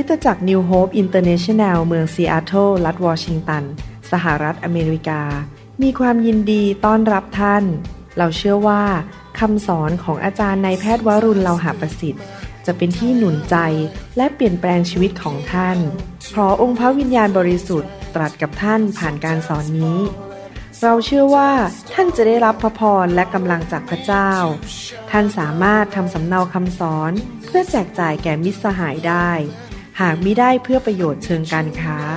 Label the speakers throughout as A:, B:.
A: ตจักร New Hope International เมืองซีแอตเทิลรัฐวอชิงตันสหรัฐอเมริกามีความยินดีต้อนรับท่านเราเชื่อว่าคำสอนของอาจารย์นายแพทย์วรุณ เลาหะประสิทธิ์จะเป็นที่หนุนใจและเปลี่ยนแปลงชีวิตของท่านขอองค์พระวิญญาณบริสุทธิ์ตรัสกับท่านผ่านการสอนนี้เราเชื่อว่าท่านจะได้รับพระพรและกำลังจากพระเจ้าท่านสามารถทำสำเนาคำสอนเพื่อแจกจ่ายแก่มิตรสหายได้หากมิได้เพื่อประโยชน์เชิงการค้า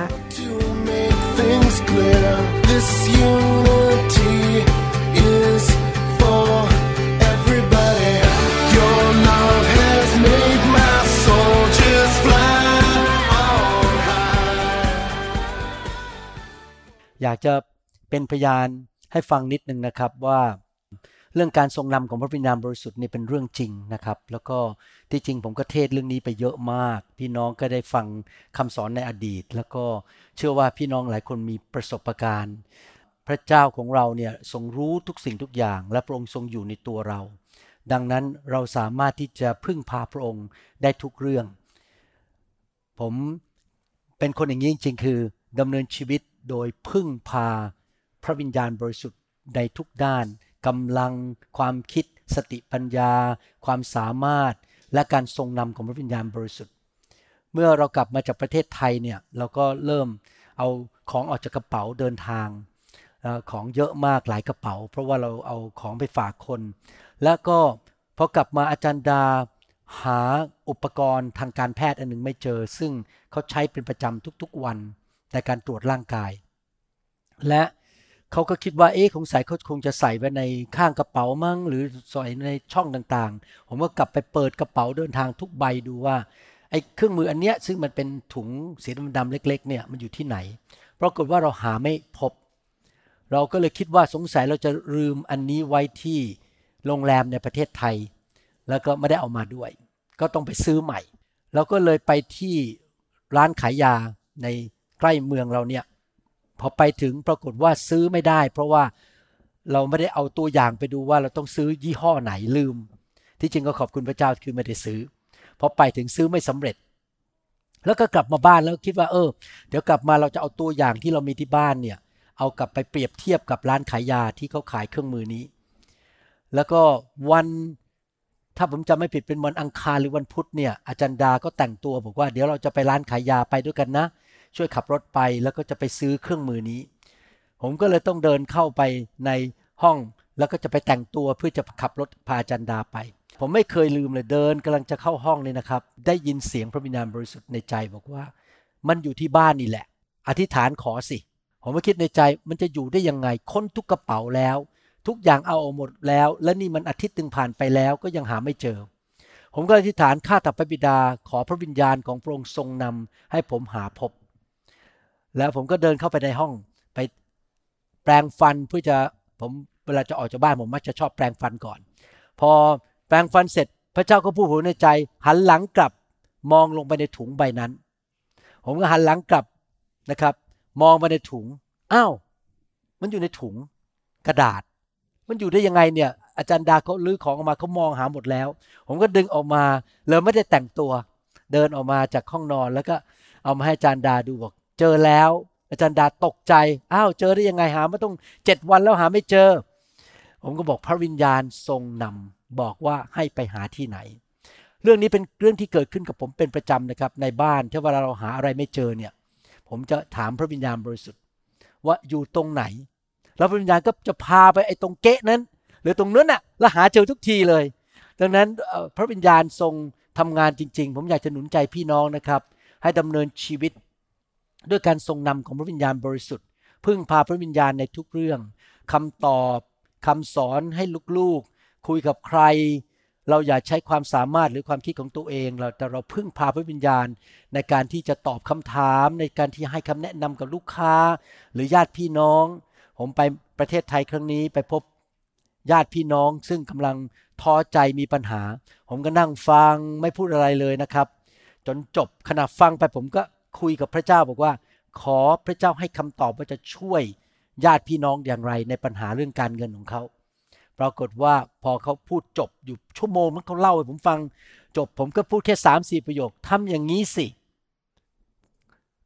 B: อยากจะเป็นพยานให้ฟังนิดนึงนะครับว่าเรื่องการทรงนำของพระวิญญาณบริสุทธิ์นี่เป็นเรื่องจริงนะครับแล้วก็ที่จริงผมก็เทศเรื่องนี้ไปเยอะมากพี่น้องก็ได้ฟังคำสอนในอดีตแล้วก็เชื่อว่าพี่น้องหลายคนมีประสบการณ์พระเจ้าของเราเนี่ยทรงรู้ทุกสิ่งทุกอย่างและพระองค์ทรงอยู่ในตัวเราดังนั้นเราสามารถที่จะพึ่งพาพระองค์ได้ทุกเรื่องผมเป็นคนอย่างนี้จริงๆคือดำเนินชีวิตโดยพึ่งพาพระวิญญาณบริสุทธิ์ในทุกด้านกำลังความคิดสติปัญญาความสามารถและการทรงนำของพระวิญญาณบริสุทธิ์เมื่อเรากลับมาจากประเทศไทยเนี่ยเราก็เริ่มเอาของออกจากกระเป๋าเดินทางของเยอะมากหลายกระเป๋าเพราะว่าเราเอาของไปฝากคนแล้วก็พอกลับมาอาจารย์ดาหาอุปกรณ์ทางการแพทย์อันนึงไม่เจอซึ่งเขาใช้เป็นประจำทุกๆวันในการตรวจร่างกายและเขาก็คิดว่าคงใส่เขาคงจะใส่ไว้ในข้างกระเป๋ามั้งหรือใส่ในช่องต่างๆผมก็กลับไปเปิดกระเป๋าเดินทางทุกใบดูว่าไอ้เครื่องมืออันเนี้ยซึ่งมันเป็นถุงสีดำๆเล็กๆเนี่ยมันอยู่ที่ไหนปรากฏว่าเราหาไม่พบเราก็เลยคิดว่าสงสัยเราจะลืมอันนี้ไว้ที่โรงแรมในประเทศไทยแล้วก็ไม่ได้เอามาด้วยก็ต้องไปซื้อใหม่เราก็เลยไปที่ร้านขายยาในใกล้เมืองเราเนี่ยพอไปถึงปรากฏว่าซื้อไม่ได้เพราะว่าเราไม่ได้เอาตัวอย่างไปดูว่าเราต้องซื้อยี่ห้อไหนลืมที่จริงก็ขอบคุณพระเจ้าคือไม่ได้ซื้อพอไปถึงซื้อไม่สำเร็จแล้วก็กลับมาบ้านแล้วคิดว่าเดี๋ยวกลับมาเราจะเอาตัวอย่างที่เรามีที่บ้านเนี่ยเอากลับไปเปรียบเทียบกับร้านขายยาที่เขาขายเครื่องมือนี้แล้วก็วันถ้าผมจำไม่ผิดเป็นวันอังคารหรือวันพุธเนี่ยอาจารย์ดาก็แต่งตัวบอกว่าเดี๋ยวเราจะไปร้านขายยาไปด้วยกันนะช่วยขับรถไปแล้วก็จะไปซื้อเครื่องมือนี้ผมก็เลยต้องเดินเข้าไปในห้องแล้วก็จะไปแต่งตัวเพื่อจะขับรถพาอาจารย์ดาไปผมไม่เคยลืมเลยเดินกำลังจะเข้าห้องเลยนะครับได้ยินเสียงพระวิญญาณบริสุทธิ์ในใจบอกว่ามันอยู่ที่บ้านนี่แหละอธิษฐานขอสิผมก็คิดในใจมันจะอยู่ได้ยังไงค้นทุกกระเป๋าแล้วทุกอย่างเอาออกหมดแล้วและนี่มันอาทิตย์นึงผ่านไปแล้วก็ยังหาไม่เจอผมก็อธิษฐานข้าแต่พระบิดาขอพระวิญญาณของพระองค์ทรงนำให้ผมหาพบแล้วผมก็เดินเข้าไปในห้องไปแปรงฟันเพื่อจะผมเวลาจะออกจากบ้านผมมักจะชอบแปรงฟันก่อนพอแปรงฟันเสร็จพระเจ้าก็พูดผมในใจหันหลังกลับมองลงไปในถุงใบนั้นผมก็หันหลังกลับนะครับมองไปในถุงอ้าวมันอยู่ในถุงกระดาษมันอยู่ได้ยังไงเนี่ยอาจารย์ดาเขาลื้อของออกมาเขามองหาหมดแล้วผมก็ดึงออกมาเลยไม่ได้แต่งตัวเดินออกมาจากห้องนอนแล้วก็เอามาให้อาจารย์ดาดูบอกเจอแล้วอาจารย์ดาตกใจอ้าวเจอได้ยังไงหามาต้อง7วันแล้วหาไม่เจอผมก็บอกพระวิญญาณทรงนำบอกว่าให้ไปหาที่ไหนเรื่องนี้เป็นเรื่องที่เกิดขึ้นกับผมเป็นประจำนะครับในบ้านถ้าเวลาเราหาอะไรไม่เจอเนี่ยผมจะถามพระวิญญาณบริสุทธิ์ว่าอยู่ตรงไหนแล้วพระวิญญาณก็จะพาไปไอ้ตรงเก๊ะนั้นหรือตรงนั้นน่ะแล้วหาเจอทุกทีเลยดังนั้นพระวิญญาณทรงทำงานจริงๆผมอยากจะหนุนใจพี่น้องนะครับให้ดำเนินชีวิตด้วยการทรงนำของพระวิญญาณบริสุทธิ์พึ่งพาพระวิญญาณในทุกเรื่องคำตอบคำสอนให้ลูกๆคุยกับใครเราอย่าใช้ความสามารถหรือความคิดของตัวเองแต่เราพึ่งพาพระวิญญาณในการที่จะตอบคำถามในการที่ให้คำแนะนำกับลูกค้าหรือญาติพี่น้องผมไปประเทศไทยครั้งนี้ไปพบญาติพี่น้องซึ่งกำลังท้อใจมีปัญหาผมก็นั่งฟังไม่พูดอะไรเลยนะครับจนจบขณะฟังไปผมก็คุยกับพระเจ้าบอกว่าขอพระเจ้าให้คำตอบว่าจะช่วยญาติพี่น้องอย่างไรในปัญหาเรื่องการเงินของเขาปรากฏว่าพอเขาพูดจบอยู่ชั่วโมงมันเขาเล่าให้ผมฟังจบผมก็พูดแค่ 3-4 ประโยคทำอย่างนี้สิ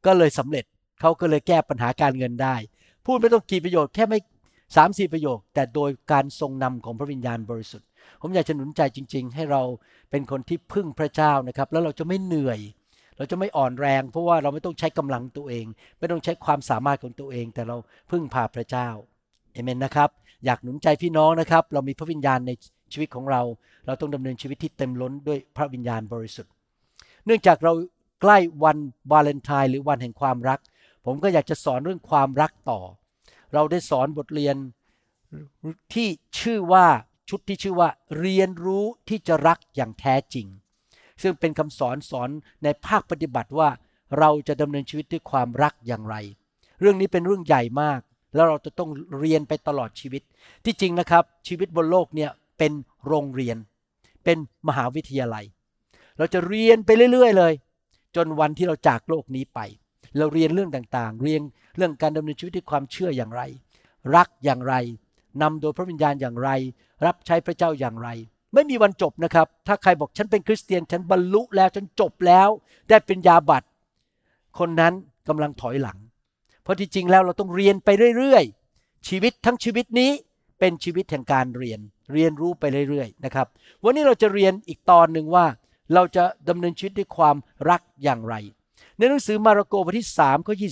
B: ก็เลยสำเร็จเขาก็เลยแก้ปัญหาการเงินได้พูดไม่ต้องกี่ประโยคแค่ไม่3-4 ประโยคแต่โดยการทรงนำของพระวิญญาณบริสุทธิ์ผมอยากจะหนุนใจจริงๆให้เราเป็นคนที่พึ่งพระเจ้านะครับแล้วเราจะไม่เหนื่อยเราจะไม่อ่อนแรงเพราะว่าเราไม่ต้องใช้กำลังตัวเองไม่ต้องใช้ความสามารถของตัวเองแต่เราพึ่งพาพระเจ้าเอเมนนะครับอยากหนุนใจพี่น้องนะครับเรามีพระวิญญาณในชีวิตของเราเราต้องดำเนินชีวิตที่เต็มล้นด้วยพระวิญญาณบริสุทธิ์เนื่องจากเราใกล้วันวาเลนไทน์หรือวันแห่งความรักผมก็อยากจะสอนเรื่องความรักต่อเราได้สอนบทเรียนที่ชื่อว่าชุดที่ชื่อว่าเรียนรู้ที่จะรักอย่างแท้จริงซึ่งเป็นคำสอนในภาคปฏิบัติว่าเราจะดำเนินชีวิตด้วยความรักอย่างไรเรื่องนี้เป็นเรื่องใหญ่มากแล้วเราจะต้องเรียนไปตลอดชีวิตที่จริงนะครับชีวิตบนโลกเนี่ยเป็นโรงเรียนเป็นมหาวิทยาลัยเราจะเรียนไปเรื่อยๆเลยจนวันที่เราจากโลกนี้ไปเราเรียนเรื่องต่างๆเรียนเรื่องการดำเนินชีวิตด้วยความเชื่ออย่างไรรักอย่างไรนำโดยพระวิญญาณอย่างไรรับใช้พระเจ้าอย่างไรไม่มีวันจบนะครับถ้าใครบอกฉันเป็นคริสเตียนฉันบรรลุแล้วฉันจบแล้วได้ปริญญาบัตรคนนั้นกำลังถอยหลังเพราะที่จริงแล้วเราต้องเรียนไปเรื่อยๆชีวิตทั้งชีวิตนี้เป็นชีวิตแห่งการเรียนรู้ไปเรื่อยๆนะครับวันนี้เราจะเรียนอีกตอนนึงว่าเราจะดำเนินชีวิตด้วยความรักอย่างไรในหนังสือมาระโกบทที่3ข้อ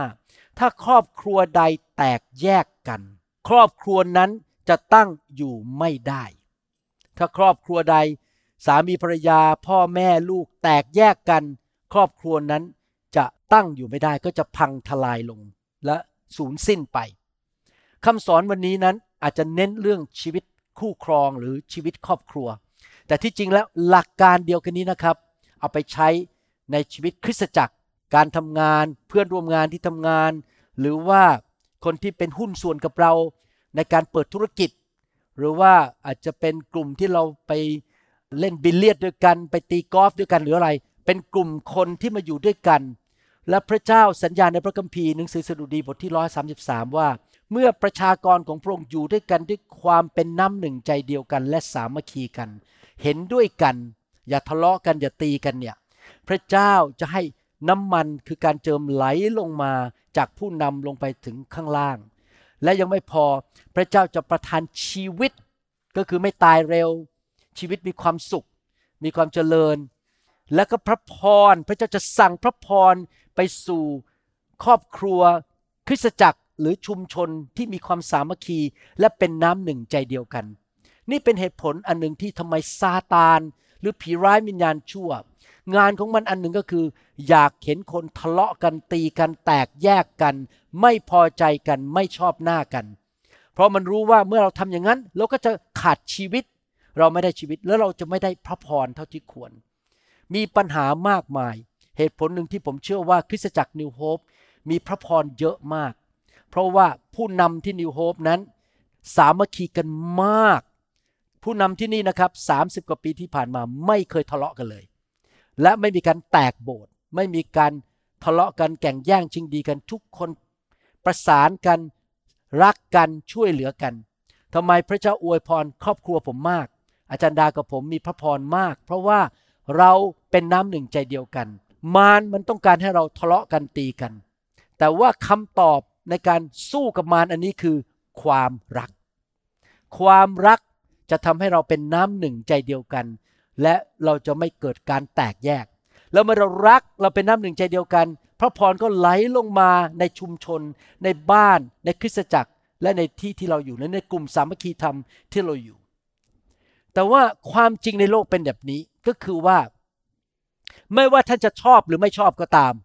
B: 25ถ้าครอบครัวใดแตกแยกกันครอบครัวนั้นจะตั้งอยู่ไม่ได้ถ้าครอบครัวใดสามีภรรยาพ่อแม่ลูกแตกแยกกันครอบครัวนั้นจะตั้งอยู่ไม่ได้ก็จะพังทลายลงและสูญสิ้นไปคำสอนวันนี้นั้นอาจจะเน้นเรื่องชีวิตคู่ครองหรือชีวิตครอบครัวแต่ที่จริงแล้วหลักการเดียวกันนี้นะครับเอาไปใช้ในชีวิตคริสตจักรการทำงานเพื่อนร่วมงานที่ทำงานหรือว่าคนที่เป็นหุ้นส่วนกับเราในการเปิดธุรกิจหรือว่าอาจจะเป็นกลุ่มที่เราไปเล่นบิลเลียดด้วยกันไปตีกอล์ฟด้วยกันหรืออะไรเป็นกลุ่มคนที่มาอยู่ด้วยกันและพระเจ้าสัญญาในพระคัมภีร์หนังสือสดุดีบทที่133ว่าเมื่อประชากรของพระองค์อยู่ด้วยกันด้วยความเป็นน้ำหนึ่งใจเดียวกันและสามัคคีกันเห็นด้วยกันอย่าทะเลาะกันอย่าตีกันเนี่ยพระเจ้าจะให้น้ำมันคือการเจิมไหลลงมาจากผู้นำลงไปถึงข้างล่างและยังไม่พอพระเจ้าจะประทานชีวิตก็คือไม่ตายเร็วชีวิตมีความสุขมีความเจริญและก็พระพรพระเจ้าจะสั่งพระพรไปสู่ครอบครัวคริสตจักรหรือชุมชนที่มีความสามัคคีและเป็นน้ำหนึ่งใจเดียวกันนี่เป็นเหตุผลอันหนึ่งที่ทำไมซาตานหรือผีร้ายวิญญาณชั่วงานของมันอันหนึ่งก็คืออยากเห็นคนทะเลาะกันตีกันแตกแยกกันไม่พอใจกันไม่ชอบหน้ากันเพราะมันรู้ว่าเมื่อเราทำอย่างนั้นเราก็จะขาดชีวิตเราไม่ได้ชีวิตแล้วเราจะไม่ได้พระพรเท่าที่ควรมีปัญหามากมายเหตุผลหนึ่งที่ผมเชื่อว่าคริสตจักรนิวโฮปมีพระพรเยอะมากเพราะว่าผู้นำที่นิวโฮปนั้นสามัคคีกันมากผู้นำที่นี่นะครับ30 กว่าปีที่ผ่านมาไม่เคยทะเลาะกันเลยและไม่มีการแตกโบสถ์ไม่มีการทะเลาะกันแข่งแย่งชิงดีกันทุกคนประสานกันรักกันช่วยเหลือกันทำไมพระเจ้าอวยพรครอบครัวผมมากอาจารย์ดากับผมมีพระพรมากเพราะว่าเราเป็นน้ำหนึ่งใจเดียวกันมันต้องการให้เราทะเลาะกันตีกันแต่ว่าคำตอบในการสู้กับมารอันนี้คือความรักความรักจะทำให้เราเป็นน้ำหนึ่งใจเดียวกันและเราจะไม่เกิดการแตกแยกแล้วเมื่อเรารักเราเป็นน้ำหนึ่งใจเดียวกันพระพรก็ไหลลงมาในชุมชนในบ้านในคริสตจักรและในที่ที่เราอยู่ในกลุ่มสามัคคีธรรมที่เราอยู่แต่ว่าความจริงในโลกเป็นแบบนี้ก็คือว่าไม่ว่าท่านจะชอบหรือไม่ชอบก็ตาม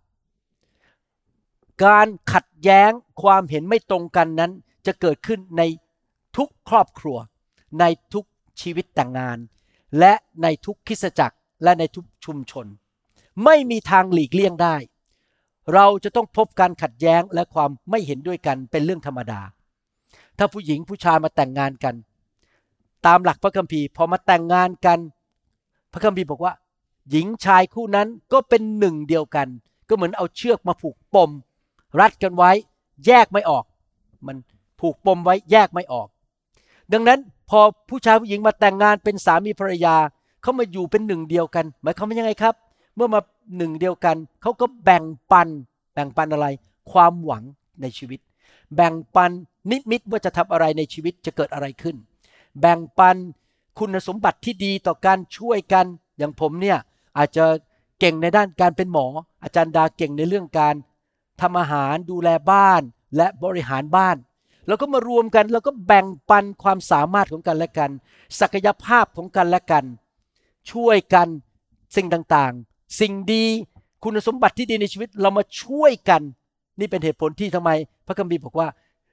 B: การขัดแย้งความเห็นไม่ตรงกันนั้นจะเกิดขึ้นในทุกครอบครัวในทุกชีวิตแต่งงานและในทุกคริสตจักรและในทุกชุมชนไม่มีทางหลีกเลี่ยงได้เราจะต้องพบการขัดแย้งและความไม่เห็นด้วยกันเป็นเรื่องธรรมดาถ้าผู้หญิงผู้ชายมาแต่งงานกันตามหลักพระคัมภีร์พอมาแต่งงานกันพระคัมภีร์บอกว่าหญิงชายคู่นั้นก็เป็นหนึ่งเดียวกันก็เหมือนเอาเชือกมาผูกปมรัดกันไว้แยกไม่ออกมันผูกปมไว้แยกไม่ออกดังนั้นพอผู้ชายผู้หญิงมาแต่งงานเป็นสามีภรรยาเขามาอยู่เป็นหนึ่งเดียวกันหมายความว่ายังไงครับเมื่อมาหนึ่งเดียวกันเขาก็แบ่งปันแบ่งปันอะไรความหวังในชีวิตแบ่งปันนิมิตว่าจะทำอะไรในชีวิตจะเกิดอะไรขึ้นแบ่งปันคุณสมบัติที่ดีต่อการช่วยกันอย่างผมเนี่ยอาจจะเก่งในด้านการเป็นหมออาจารย์ดาเก่งในเรื่องการทำอาหารดูแลบ้านและบริหารบ้านแล้วก็มารวมกันแล้วก็แบ่งปันความสามารถของกันและกันศักยภาพของกันและกันช่วยกันสิ่งต่างๆสิ่งดีคุณสมบัติที่ดีในชีวิตเรามาช่วยกันนี่เป็นเหตุผลที่ทำไมพระคัมภีร์บอกว่า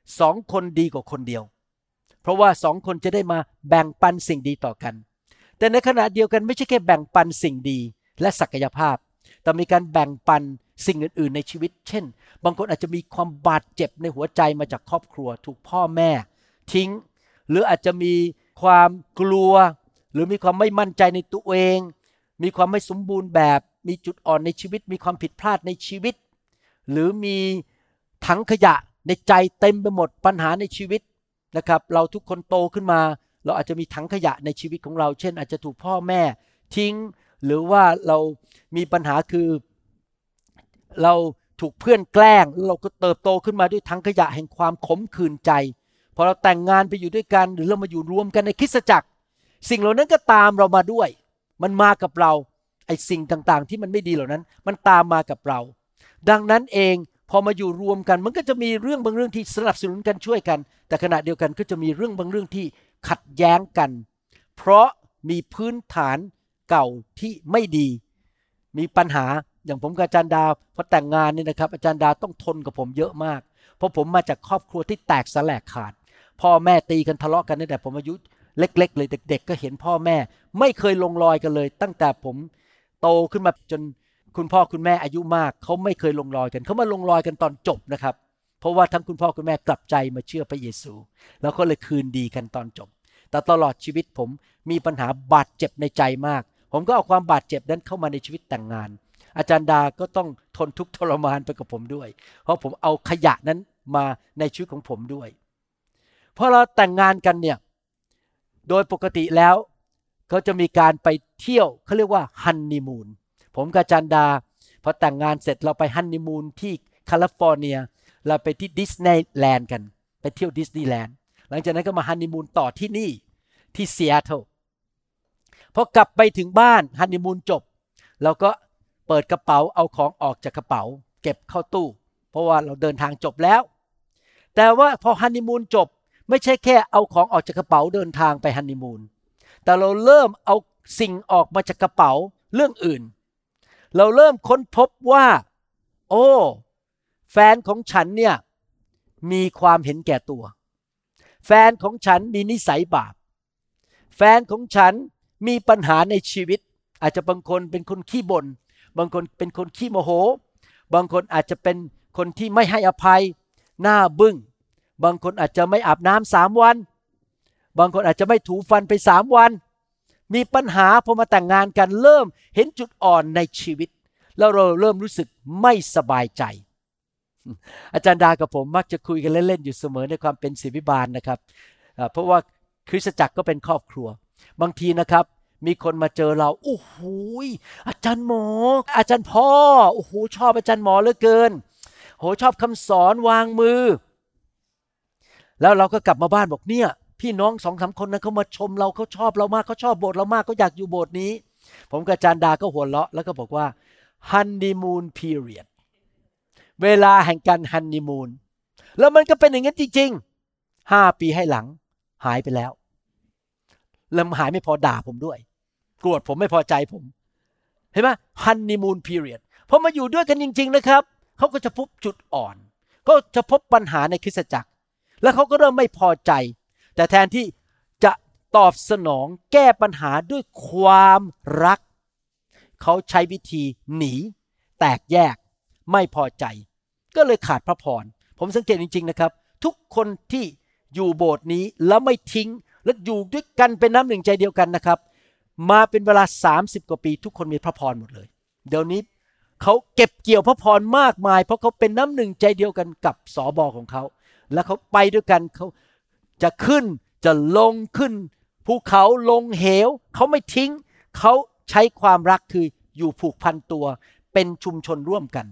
B: 2 คนดีกว่าคนเดียวเพราะว่า2 คนจะได้มาแบ่งปันสิ่งดีต่อกันแต่ในขณะเดียวกันไม่ใช่แค่แบ่งปันสิ่งดีและศักยภาพแต่มีการแบ่งปันสิ่งอื่นๆในชีวิตเช่นบางคนอาจจะมีความบาดเจ็บในหัวใจมาจากครอบครัวถูกพ่อแม่ทิ้งหรืออาจจะมีความกลัวหรือมีความไม่มั่นใจในตัวเองมีความไม่สมบูรณ์แบบมีจุดอ่อนในชีวิตมีความผิดพลาดในชีวิตหรือมีถังขยะในใจเต็มไปหมดปัญหาในชีวิตนะครับเราทุกคนโตขึ้นมาเราอาจจะมีถังขยะในชีวิตของเราเช่นอาจจะถูกพ่อแม่ทิ้งหรือว่าเรามีปัญหาคือเราถูกเพื่อนแกล้งเราก็เติบโตขึ้นมาด้วยถังขยะแห่งความขมขื่นใจพอเราแต่งงานไปอยู่ด้วยกันหรือเรามาอยู่รวมกันในคริสตจักรสิ่งเหล่านั้นก็ตามเรามาด้วยมันมากับเราไอ้สิ่งต่างๆที่มันไม่ดีเหล่านั้นมันตามมากับเราดังนั้นเองพอมาอยู่รวมกันมันก็จะมีเรื่องบางเรื่องที่สนับสนุนกันช่วยกันแต่ขณะเดียวกันก็จะมีเรื่องบางเรื่องที่ขัดแย้งกันเพราะมีพื้นฐานเก่าที่ไม่ดีมีปัญหาอย่างผมกับอาจารย์ดาพอแต่งงานเนี่ยนะครับอาจารย์ดาต้องทนกับผมเยอะมากเพราะผมมาจากครอบครัวที่แตกสลายขาดพ่อแม่ตีกันทะเลาะกันตั้งแต่ผมอายุเล็กๆเลยเด็กๆก็เห็นพ่อแม่ไม่เคยลงรอยกันเลยตั้งแต่ผมโตขึ้นมาจนคุณพ่อคุณแม่อายุมากเขาไม่เคยลงรอยกันเขามาลงรอยกันตอนจบนะครับเพราะว่าทั้งคุณพ่อคุณแม่กลับใจมาเชื่อพระเยซูแล้วก็เลยคืนดีกันตอนจบแต่ตลอดชีวิตผมมีปัญหาบาดเจ็บในใจมากผมก็เอาความบาดเจ็บนั้นเข้ามาในชีวิตแต่งงานอาจารย์ดาก็ต้องทนทุกข์ทรมานไปกับผมด้วยเพราะผมเอาขยะนั้นมาในชีวิตของผมด้วยพอเราแต่งงานกันเนี่ยโดยปกติแล้วเขาจะมีการไปเที่ยวเขาเรียกว่าฮันนีมูนผมกับอาจารย์ดาพอแต่งงานเสร็จเราไปฮันนีมูนที่แคลิฟอร์เนียเราไปที่ดิสนีย์แลนด์กันไปเที่ยวดิสนีย์แลนด์หลังจากนั้นก็มาฮันนีมูนต่อที่นี่ที่ซีแอตเทิลพอกลับไปถึงบ้านฮันนีมูนจบเราก็เปิดกระเป๋าเอาของออกจากกระเป๋าเก็บเข้าตู้เพราะว่าเราเดินทางจบแล้วแต่ว่าพอฮันนีมูนจบไม่ใช่แค่เอาของออกจากกระเป๋าเดินทางไปฮันนีมูนแต่เราเริ่มเอาสิ่งออกมาจากกระเป๋าเรื่องอื่นเราเริ่มค้นพบว่าโอ้แฟนของฉันเนี่ยมีความเห็นแก่ตัวแฟนของฉันมีนิสัยบาปแฟนของฉันมีปัญหาในชีวิตอาจจะบางคนเป็นคนขี้บ่นบางคนเป็นคนขี้โมโหบางคนอาจจะเป็นคนที่ไม่ให้อภัยหน้าบึ้งบางคนอาจจะไม่อาบน้ำ3 วันบางคนอาจจะไม่ถูฟันไป3 วันมีปัญหาพอมาแต่งงานกันเริ่มเห็นจุดอ่อนในชีวิตแล้วเราเริ่มรู้สึกไม่สบายใจอาจารย์ดากับผมมักจะคุยกันเล่นๆอยู่เสมอในความเป็นศิษย์วิบาลนะครับเพราะว่าคริสตจักรก็เป็นครอบครัวบางทีนะครับมีคนมาเจอเราโอ้โหอาจารย์หมออาจารย์พ่อโอ้โหชอบอาจารย์หมอเหลือเกินโหชอบคำสอนวางมือแล้วเราก็กลับมาบ้านบอกเนี่ยพี่น้อง2-3 คนนั้นเขามาชมเราเขาชอบเรามากเขาชอบโบสถ์เรามากเขาอยากอยู่โบสถ์นี้ผมกับอาจารย์ดาก็หัวเราะแล้วก็บอกว่าฮันนีมูนพีเรียดเวลาแห่งการฮันนีมูนแล้วมันก็เป็นอย่างนั้นจริงๆ5 ปีให้หลังหายไปแล้วแล้วหายไม่พอด่าผมด้วยโกรธผมไม่พอใจผมเห็นไหมฮันนีมูนพีเรียดพอมาอยู่ด้วยกันจริงๆนะครับเขาก็จะพบจุดอ่อนก็จะพบปัญหาในคริสตจักรแล้วเขาก็เริ่มไม่พอใจแต่แทนที่จะตอบสนองแก้ปัญหาด้วยความรักเขาใช้วิธีหนีแตกแยกไม่พอใจก็เลยขาดพระพรผมสังเกตจริงๆนะครับทุกคนที่อยู่โบสถ์นี้แล้วไม่ทิ้งและอยู่ด้วยกันเป็นน้ำหนึ่งใจเดียวกันนะครับมาเป็นเวลา30 กว่าปีทุกคนมีพระพรหมดเลยเดี๋ยวนี้เขาเก็บเกี่ยวพระพรมากมายเพราะเขาเป็นน้ำหนึ่งใจเดียวกันกับสบของเขาและเขาไปด้วยกันเขาจะขึ้นจะลงขึ้นภูเขาลงเหวเขาไม่ทิ้งเขาใช้ความรักคืออยู่ผูกพันตัวเป็นชุมชนร่วมกัน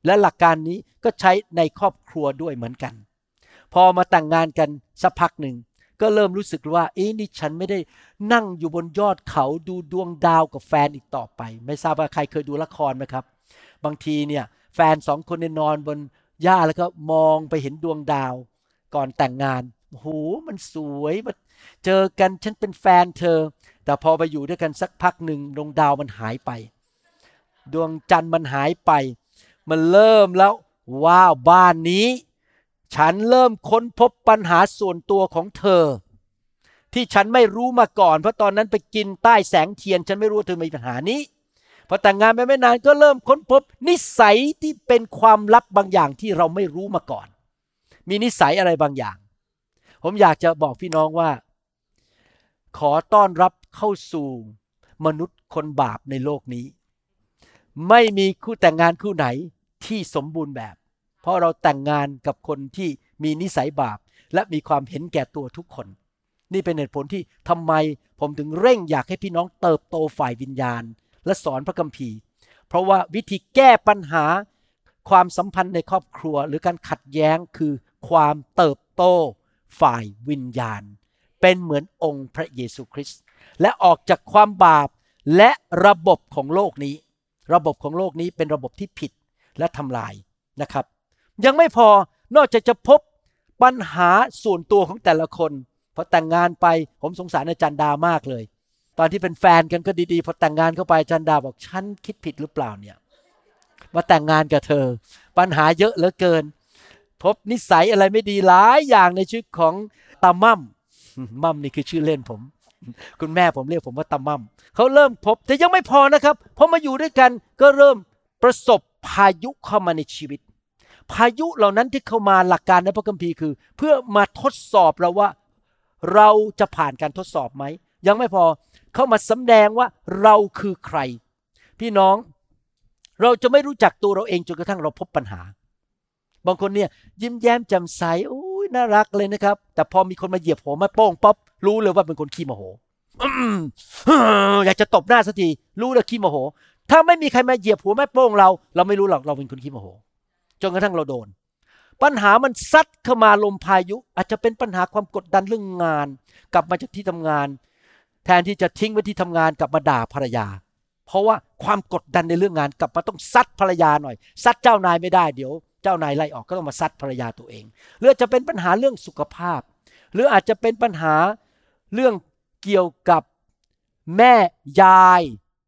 B: และหลักการนี้ก็ใช้ในครอบครัวด้วยเหมือนกันพอมาแต่งงานกันสักพักหนึ่งก็เริ่มรู้สึกว่านี่ฉันไม่ได้นั่งอยู่บนยอดเขาดูดวงดาวกับแฟนอีกต่อไปไม่ทราบว่าใครเคยดูละครไหมครับบางทีเนี่ยแฟน2 คนนอนบนหญ้าแล้วก็มองไปเห็นดวงดาวก่อนแต่งงานโอ้โหมันสวยมันเจอกันฉันเป็นแฟนเธอแต่พอไปอยู่ด้วยกันสักพักหนึ่งดวงดาวมันหายไปดวงจันทร์มันหายไปมันเริ่มแล้วว้าวบ้านนี้ฉันเริ่มค้นพบปัญหาส่วนตัวของเธอที่ฉันไม่รู้มาก่อนเพราะตอนนั้นไปกินใต้แสงเทียนฉันไม่รู้เธอมีปัญหานี้พอแต่งงานไปไม่นานก็เริ่มค้นพบนิสัยที่เป็นความลับบางอย่างที่เราไม่รู้มาก่อนมีนิสัยอะไรบางอย่างผมอยากจะบอกพี่น้องว่าขอต้อนรับเข้าสู่มนุษย์คนบาปในโลกนี้ไม่มีคู่แต่งงานคู่ไหนที่สมบูรณ์แบบเพราะเราแต่งงานกับคนที่มีนิสัยบาปและมีความเห็นแก่ตัวทุกคนนี่เป็นเหตุผลที่ทำไมผมถึงเร่งอยากให้พี่น้องเติบโตฝ่ายวิญญาณและสอนพระคัมภีร์เพราะว่าวิธีแก้ปัญหาความสัมพันธ์ในครอบครัวหรือการขัดแย้งคือความเติบโตฝ่ายวิญญาณเป็นเหมือนองค์พระเยซูคริสต์และออกจากความบาปและระบบของโลกนี้ระบบของโลกนี้เป็นระบบที่ผิดและทำลายนะครับยังไม่พอนอกจากจะพบปัญหาส่วนตัวของแต่ละคนพอแต่งงานไปผมสงสารอาจารย์ดามากเลยตอนที่เป็นแฟนกันก็ดีๆพอแต่งงานเข้าไปอาจารย์ดาบอกฉันคิดผิดหรือเปล่าเนี่ยมาแต่งงานกับเธอปัญหาเยอะเหลือเกินพบนิสัยอะไรไม่ดีหลายอย่างในชีวิตของตามั่มมั่มนี่คือชื่อเล่นผมคุณแม่ผมเรียกผมว่าตามั่มเขาเริ่มพบแต่ยังไม่พอนะครับพอมาอยู่ด้วยกันก็เริ่มประสบพายุเข้ามาในชีวิตพายุเหล่านั้นที่เข้ามาหลักการในพระคัมภีร์คือเพื่อมาทดสอบเราว่าเราจะผ่านการทดสอบไหมยังไม่พอเข้ามาสำแดงว่าเราคือใครพี่น้องเราจะไม่รู้จักตัวเราเองจนกระทั่งเราพบปัญหาบางคนเนี่ยยิ้มแย้มแจ่มใสโอ้ยน่ารักเลยนะครับแต่พอมีคนมาเหยียบหัวมาโป้งป๊อปรู้เลยว่าเป็นคนขี้โมโหอยากจะตบหน้าสักทีรู้เลยขี้โมโหถ้าไม่มีใครมาเหยียบหัวแม่โป้งเราไม่รู้หรอกเราเป็นคนขี้โมโหจนกระทั่งเราโดนปัญหามันซัดเข้ามาลมพายุอาจจะเป็นปัญหาความกดดันเรื่องงานกลับมาจากที่ทำงานแทนที่จะทิ้งไว้ที่ทำงานกลับมาด่าภรรยาเพราะว่าความกดดันในเรื่องงานกลับมาต้องซัดภรรยาหน่อยซัดเจ้านายไม่ได้เดี๋ยวเจ้านายไล่ออกก็ต้องมาซัดภรรยาตัวเองหรือจะเป็นปัญหาเรื่องสุขภาพหรืออาจจะเป็นปัญหาเรื่องเกี่ยวกับแม่ยาย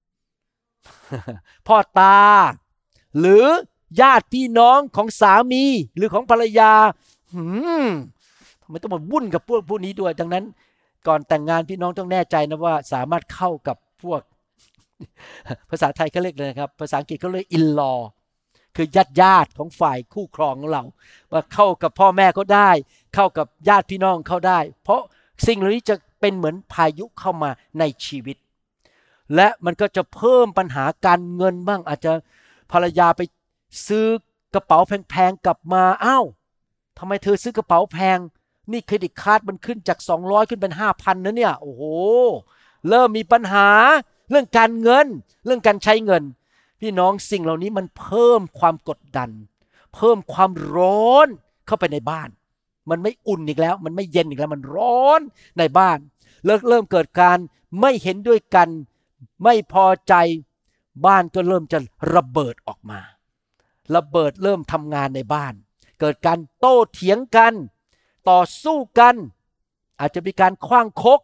B: พ่อตาหรือญาติพี่น้องของสามีหรือของภรรยาทำไมต้องมาวุ่นกับพวกนี้ด้วยดังนั้นก่อนแต่งงานพี่น้องต้องแน่ใจนะว่าสามารถเข้ากับพวกภาษาไทยเขาเรียกเลยนะครับภาษาอังกฤษเขาเรียก in-law คือญาติของฝ่ายคู่ครองของเราว่าเข้ากับพ่อแม่เขาได้เข้ากับญาติพี่น้องเขาได้เพราะสิ่งเหล่านี้จะเป็นเหมือนพายุเข้ามาในชีวิตและมันก็จะเพิ่มปัญหาการเงินบ้างอาจจะภรรยาไปซื้อกระเป๋าแพงๆกลับมาอ้าวทำไมเธอซื้อกระเป๋าแพงนี่เครดิตการ์ดมันขึ้นจาก200ขึ้นเป็น 5,000 นะเนี่ยโอ้โหเริ่มมีปัญหาเรื่องการเงินเรื่องการใช้เงินพี่น้องสิ่งเหล่านี้มันเพิ่มความกดดันเพิ่มความร้อนเข้าไปในบ้านมันไม่อุ่นอีกแล้วมันไม่เย็นอีกแล้วมันร้อนในบ้านเริ่มเกิดการไม่เห็นด้วยกันไม่พอใจบ้านก็เริ่มจะระเบิดออกมาระเบิดเริ่มทำงานในบ้านเกิดการโต้เถียงกันต่อสู้กันอาจจะมีการขว้างคก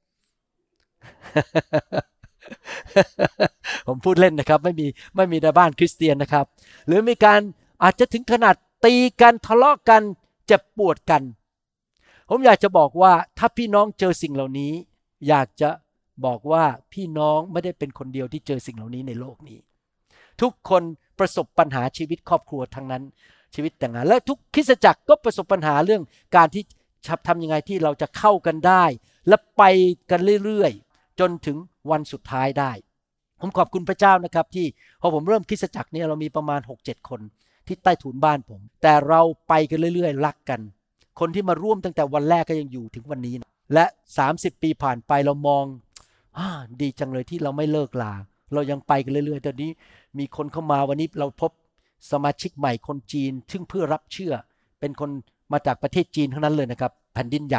B: ผมพูดเล่นนะครับไม่มีในบ้านคริสเตียนนะครับหรือมีการอาจจะถึงขนาดตีกันทะเลาะกันเจ็บปวดกันผมอยากจะบอกว่าถ้าพี่น้องเจอสิ่งเหล่านี้อยากจะบอกว่าพี่น้องไม่ได้เป็นคนเดียวที่เจอสิ่งเหล่านี้ในโลกนี้ทุกคนประสบปัญหาชีวิตครอบครัวทั้งนั้นชีวิตแต่งงานและทุกคริสตจักรก็ประสบปัญหาเรื่องการที่ทำยังไงที่เราจะเข้ากันได้และไปกันเรื่อยๆจนถึงวันสุดท้ายได้ผมขอบคุณพระเจ้านะครับที่พอผมเริ่มคริสตจักรเนี่ยเรามีประมาณ 6-7 คนที่ใต้ถุนบ้านผมแต่เราไปกันเรื่อยๆรักกันคนที่มาร่วมตั้งแต่วันแรกก็ยังอยู่ถึงวันนี้และ30 ปีผ่านไปเรามองดีจังเลยที่เราไม่เลิกลาเรายังไปกันเรื่อยๆตอนนี้มีคนเข้ามาวันนี้เราพบสมาชิกใหม่คนจีนซึ่งเพื่อรับเชื่อเป็นคนมาจากประเทศจีนทั้งนั้นเลยนะครับแผ่นดินใหญ่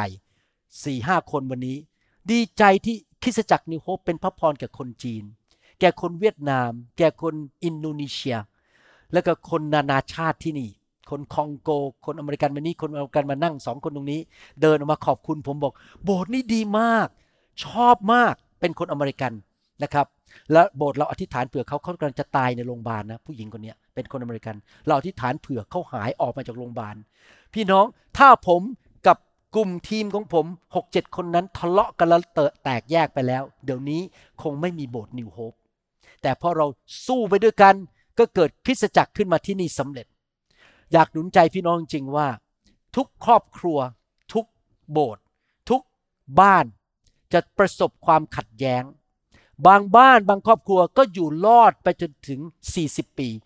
B: 4-5 คนวันนี้ดีใจที่คริสตจักรนิวโฮปเป็นพระพรแก่คนจีนแก่คนเวียดนามแก่คนอินโดนีเซียแล้วก็คนนานาชาติที่นี่คนคองโกคนอเมริกันวันนี้คนอเมริกันมานั่ง2คนตรงนี้เดินออกมาขอบคุณผมบอกโบสถ์นี้ดีมากชอบมากเป็นคนอเมริกันนะครับแล้วโบสถ์เราอธิษฐานเผื่อเขากำลังจะตายในโรงพยาบาลนะผู้หญิงคนนี้เป็นคนอเมริกันเราอธิษฐานเผื่อเขาหายออกมาจากโรงพยาบาลพี่น้องถ้าผมกับกลุ่มทีมของผม 6-7 คนนั้นทะเลาะกันแล้วแตกแยกไปแล้วเดี๋ยวนี้คงไม่มีโบสถ์นิวโฮปแต่พอเราสู้ไปด้วยกันก็เกิดคริสตจักรขึ้นมาที่นี่สำเร็จอยากหนุนใจพี่น้องจริงว่าทุกครอบครัวทุกโบสถ์ทุกบ้านจะประสบความขัดแย้งบางบ้านบางครอบครัวก็อยู่รอดไปจนถึง40ปี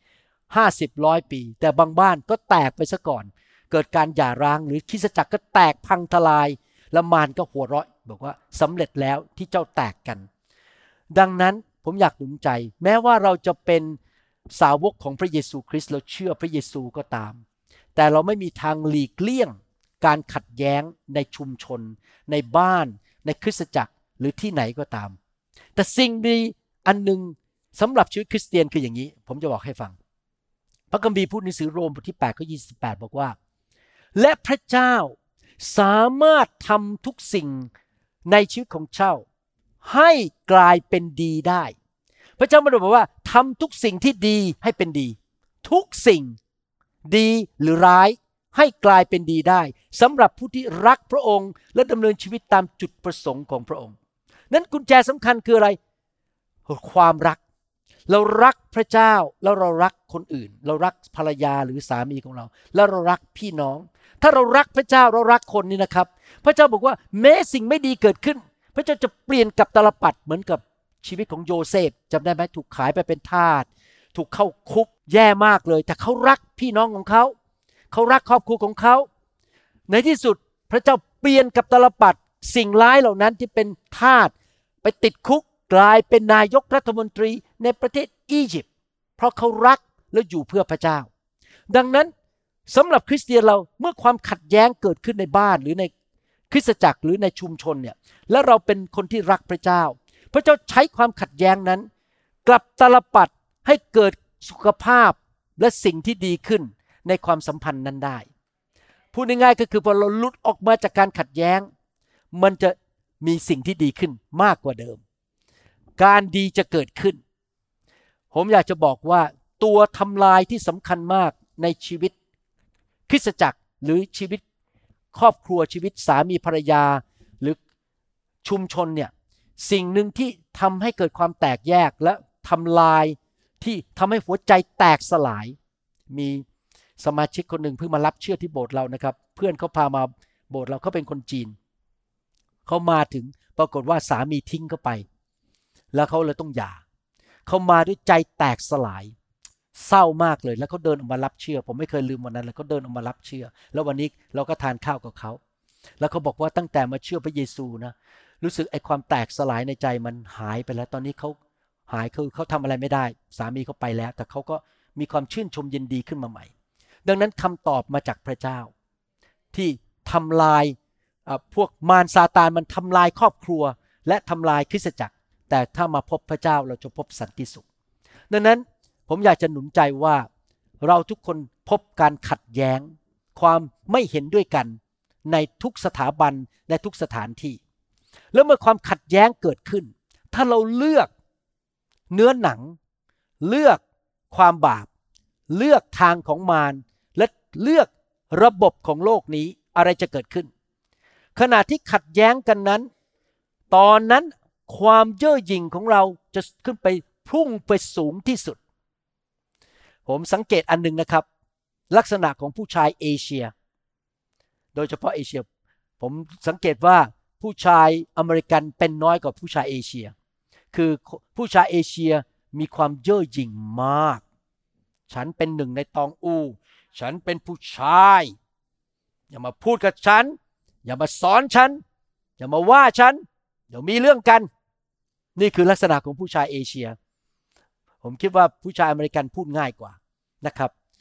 B: 50-100 ปีแต่บางบ้านก็แตกไปซะก่อนเกิดการหย่าร้างหรือคริสตจักรก็แตกพังทลายแล้วมารก็หัวเราะบอกว่าสำเร็จแล้วที่เจ้าแตกกันดังนั้นผมอยากหนุนใจแม้ว่าเราจะเป็นสาวกของพระเยซูคริสต์เราเชื่อพระเยซูก็ตามแต่เราไม่มีทางหลีกเลี่ยงการขัดแย้งในชุมชนในบ้านในคริสตจักรหรือที่ไหนก็ตามแต่สิ่งดีอันนึงสำหรับชีวิตคริสเตียนคืออย่างนี้ผมจะบอกให้ฟังพระคัมภีร์พูดในหนังสือโรมบทที่8ข้อ28บอกว่าและพระเจ้าสามารถทำทุกสิ่งในชีวิตของเจ้าให้กลายเป็นดีได้พระเจ้าบอกว่าทำทุกสิ่งที่ดีให้เป็นดีทุกสิ่งดีหรือร้ายให้กลายเป็นดีได้สำหรับผู้ที่รักพระองค์และดำเนินชีวิตตามจุดประสงค์ของพระองค์นั้นกุญแจสำคัญคืออะไรความรักเรารักพระเจ้าแล้วเรารักคนอื่นเรารักภรรยาหรือสามีของเราแล้วเรารักพี่น้องถ้าเรารักพระเจ้าเรารักคนนี่นะครับพระเจ้าบอกว่าแม้สิ่งไม่ดีเกิดขึ้นพระเจ้าจะเปลี่ยนกับตาลปัตรเหมือนกับชีวิตของโยเซฟจำได้ไหมถูกขายไปเป็นทาสถูกเข้าคุกแย่มากเลยแต่เขารักพี่น้องของเขาเขารักครอบครัวของเขาในที่สุดพระเจ้าเปลี่ยนกับตาลปัตรสิ่งร้ายเหล่านั้นที่เป็นทาสไปติดคุกกลายเป็นนายกรัฐมนตรีในประเทศอียิปต์เพราะเขารักและอยู่เพื่อพระเจ้าดังนั้นสำหรับคริสเตียนเราเมื่อความขัดแย้งเกิดขึ้นในบ้านหรือในคริสตจักรหรือในชุมชนเนี่ยและเราเป็นคนที่รักพระเจ้าพระเจ้าใช้ความขัดแย้งนั้นกลับตาลปัตรให้เกิดสุขภาพและสิ่งที่ดีขึ้นในความสัมพันธ์นั้นได้พูดง่ายๆก็คือพอเราหลุดออกมาจากการขัดแย้งมันจะมีสิ่งที่ดีขึ้นมากกว่าเดิมการดีจะเกิดขึ้นผมอยากจะบอกว่าตัวทำลายที่สำคัญมากในชีวิตคริสตจักรหรือชีวิตครอบครัวชีวิตสามีภรรยาหรือชุมชนเนี่ยสิ่งหนึ่งที่ทำให้เกิดความแตกแยกและทำลายที่ทำให้หัวใจแตกสลายมีสมาชิกคนหนึ่งเพิ่งมารับเชื่อที่โบสถ์เรานะครับเพื่อนเขาพามาโบสถ์เราเขาเป็นคนจีนเขามาถึงปรากฏว่าสามีทิ้งเขาไปแล้วเขาเลยต้องหย่าเขามาด้วยใจแตกสลายเศร้ามากเลยแล้วเขาเดินออกมารับเชื่อผมไม่เคยลืมวันนั้นเลยเขาเดินออกมารับเชื่อแล้ววันนี้เราก็ทานข้าวกับเขาแล้วเขาบอกว่าตั้งแต่มาเชื่อพระเยซูนะรู้สึกไอ้ความแตกสลายในใจมันหายไปแล้วตอนนี้เขาหายคือเขาทำอะไรไม่ได้สามีเขาไปแล้วแต่เขาก็มีความชื่นชมยินดีขึ้นมาใหม่ดังนั้นคำตอบมาจากพระเจ้าที่ทำลายพวกมารซาตานมันทำลายครอบครัวและทำลายคริสตจักรแต่ถ้ามาพบพระเจ้าเราจะพบสันติสุขดังนั้นผมอยากจะหนุนใจว่าเราทุกคนพบการขัดแย้งความไม่เห็นด้วยกันในทุกสถาบันในทุกสถานที่แล้วเมื่อความขัดแย้งเกิดขึ้นถ้าเราเลือกเนื้อหนังเลือกความบาปเลือกทางของมารและเลือกระบบของโลกนี้อะไรจะเกิดขึ้นขณะที่ขัดแย้งกันนั้นตอนนั้นความเย่อหยิ่งของเราจะขึ้นไปพุ่งไปสูงที่สุดผมสังเกตอันนึงนะครับลักษณะของผู้ชายเอเชียโดยเฉพาะเอเชียผมสังเกตว่าผู้ชายอเมริกันเป็นน้อยกว่าผู้ชายเอเชียคือผู้ชายเอเชียมีความเย่อหยิ่งมากฉันเป็นหนึ่งในตองอูฉันเป็นผู้ชายอย่ามาพูดกับฉันอย่ามาสอนฉันอย่ามาว่าฉันเดี๋ยวมีเรื่องกันนี่คือลักษณะของผู้ชายเอเชียผมคิดว่าผู้ชายอเมริกันพูดง่ายกว่านะครับ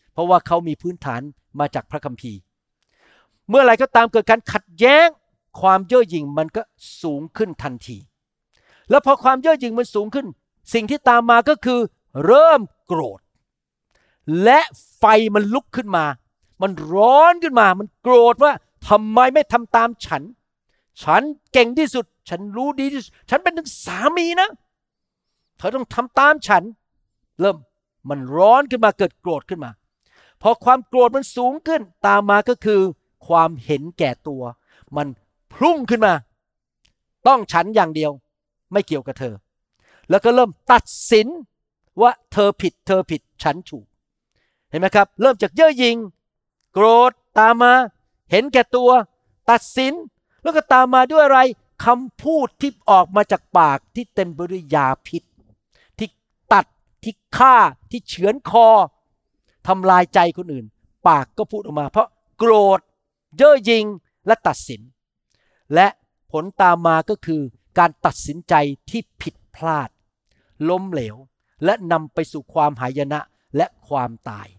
B: เพราะว่าเขามีพื้นฐานมาจากพระคัมภีร์เมื่อไหร่ก็ตามเกิดการขัดแย้งความเย่อหยิ่งมันก็สูงขึ้นทันทีแล้วพอความเย่อหยิ่งมันสูงขึ้นสิ่งที่ตามมาก็คือเริ่มโกรธและไฟมันลุกขึ้นมามันร้อนขึ้นมามันโกรธว่าทำไมไม่ทำตามฉันเก่งที่สุดฉันรู้ดีที่สุดฉันเป็นถึงสามีนะเธอต้องทำตามฉันเริ่มมันร้อนขึ้นมาเกิดโกรธขึ้นมาพอความโกรธมันสูงขึ้นตามมาก็คือความเห็นแก่ตัวมันพุ่งขึ้นมาต้องฉันอย่างเดียวไม่เกี่ยวกับเธอแล้วก็เริ่มตัดสินว่าเธอผิดฉันถูกเห็นไหมครับเริ่มจากเย่อหยิ่งโกรธตามมาเห็นแก่ตัวตัดสินแล้วก็ตามมาด้วยอะไรคำพูดที่ออกมาจากปากที่เต็มไปด้วยยาพิษที่ตัดที่ฆ่าที่เฉือนคอทำลายใจคนอื่นปากก็พูดออกมาเพราะโกรธเย่อหยิ่งและตัดสินและผลตามมาก็คือการตัดสินใจที่ผิดพลาดล้มเหลวและนำไปสู่ความหายนะและความตาย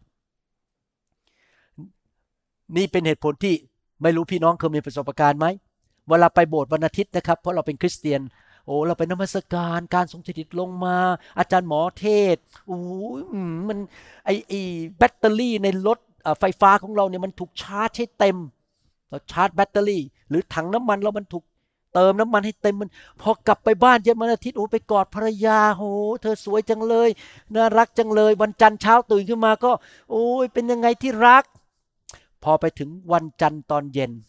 B: นี่เป็นเหตุผลที่ไม่รู้พี่น้องเคยมีประสบการณ์ไหมเวลาไปโบสถ์วันอาทิตย์นะครับเพราะเราเป็นคริสเตียนเราไปนมัสการการทรงสถิตลงมาอาจารย์หมอเทศมันไอแบตเตอรี่ในรถไฟฟ้าของเราเนี่ยมันถูกชาร์จให้เต็มเราชาร์จแบตเตอรี่หรือถังน้ำมันเรามันถูกเติมน้ำมันให้เต็มมันพอกลับไปบ้านเย็นวันอาทิตย์ไปกอดภรรยาเธอสวยจังเลยน่ารักจังเลยวันจันทร์เช้าตื่นขึ้นมาก็เป็นยังไงที่รักพอไปถึงวันจันทร์ตอนเย็น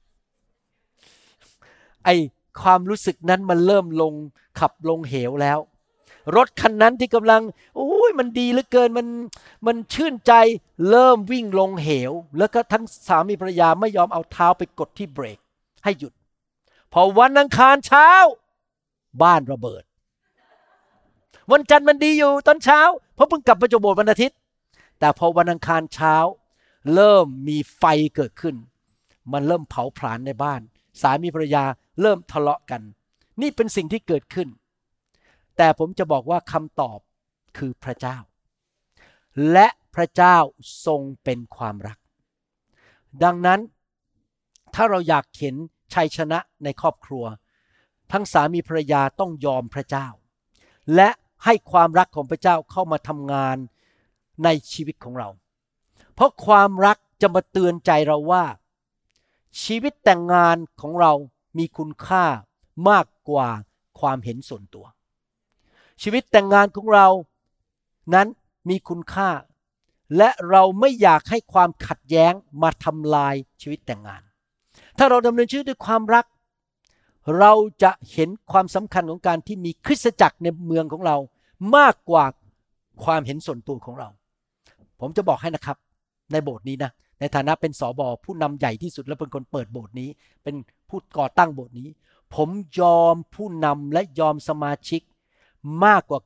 B: ไอความรู้สึกนั้นมันเริ่มขับลงเหวแล้วรถคันนั้นที่กำลังมันดีเหลือเกินมันชื่นใจเริ่มวิ่งลงเหวแล้วก็ทั้งสามีภรรยาไม่ยอมเอาเท้าไปกดที่เบรกให้หยุดพอวันอังคารเช้าบ้านระเบิดวันจันทร์มันดีอยู่ตอนเช้าเพราะเพิ่งกลับมาจากโบสถ์วันอาทิตย์แต่พอวันอังคารเช้าเริ่มมีไฟเกิดขึ้นมันเริ่มเผาผลาญในบ้านสามีภรรยาเริ่มทะเลาะกันนี่เป็นสิ่งที่เกิดขึ้นแต่ผมจะบอกว่าคำตอบคือพระเจ้าและพระเจ้าทรงเป็นความรักดังนั้นถ้าเราอยากเห็นชัยชนะในครอบครัวทั้งสามีภรรยาต้องยอมพระเจ้าและให้ความรักของพระเจ้าเข้ามาทำงานในชีวิตของเราเพราะความรักจะมาเตือนใจเราว่าชีวิตแต่งงานของเรามีคุณค่ามากกว่าความเห็นส่วนตัวชีวิตแต่งงานของเรานั้นมีคุณค่าและเราไม่อยากให้ความขัดแย้งมาทำลายชีวิตแต่งงานถ้าเราดำเนินชีวิตด้วยความรักเราจะเห็นความสำคัญของการที่มีคริสตจักรในเมืองของเรามากกว่าความเห็นส่วนตัวของเราผมจะบอกให้นะครับในโบสถ์นี้นะในฐานะเป็นสบผู้นำใหญ่ที่สุดและเป็นคนเปิดโบสถ์นี้เป็นผู้ก่อตั้งโบสถ์นี้ผมยอมผู้นำและยอมสมาชิกมากกว่า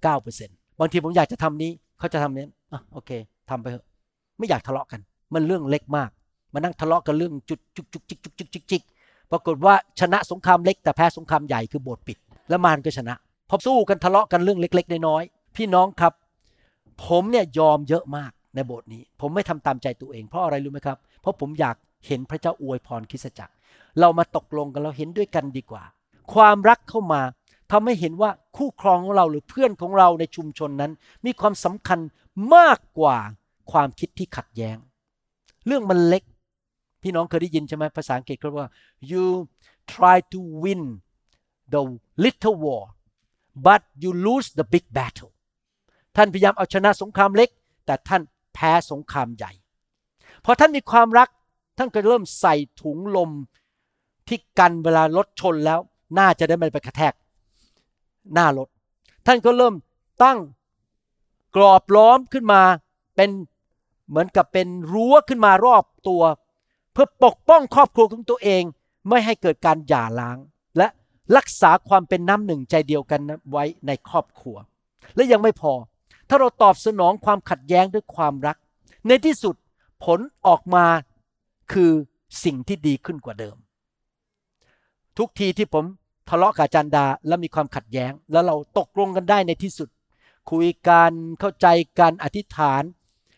B: 99% บางทีผมอยากจะทำนี้เขาจะทำนี้โอเคทำไปเถอะไม่อยากทะเลาะกันมันเรื่องเล็กมากมานั่งทะเลาะกันเรื่องจุดจุกจุกจิกจุกจิกจิกปรากฏว่าชนะสงครามเล็กแต่แพ้สงครามใหญ่คือโบสถ์ปิดแล้วมารก็ชนะพอสู้กันทะเลาะกันเรื่องเล็กๆน้อยๆพี่น้องครับผมเนี่ยยอมเยอะมากในโบสถ์นี้ผมไม่ทำตามใจตัวเองเพราะอะไรรู้ไหมครับเพราะผมอยากเห็นพระเจ้าอวยพรคริสตจักรเรามาตกลงกันเราเห็นด้วยกันดีกว่าความรักเข้ามาทำให้เห็นว่าคู่ครองของเราหรือเพื่อนของเราในชุมชนนั้นมีความสำคัญมากกว่าความคิดที่ขัดแย้งเรื่องมันเล็กพี่น้องเคยได้ยินใช่ไหมภาษาอังกฤษเขาว่า you try to win the little war but you lose the big battle ท่านพยายามเอาชนะสงครามเล็กแต่ท่านแพ้สงครามใหญ่พอท่านมีความรักท่านก็เริ่มใส่ถุงลมที่กันเวลารถชนแล้วน่าจะได้ไม่ไปกระแทกหน้ารถท่านก็เริ่มตั้งกรอบล้อมขึ้นมาเป็นเหมือนกับเป็นรั้วขึ้นมารอบตัวเพื่อปกป้องครอบครัวของตัวเองไม่ให้เกิดการหย่าร้างและรักษาความเป็นน้ำหนึ่งใจเดียวกันไว้ในครอบครัวและยังไม่พอถ้าเราตอบสนองความขัดแย้งด้วยความรักในที่สุดผลออกมาคือสิ่งที่ดีขึ้นกว่าเดิมทุกทีที่ผมทะเลาะกับอาจารย์ดาและมีความขัดแย้งแล้วเราตกลงกันได้ในที่สุดคุยกันเข้าใจกันอธิษฐาน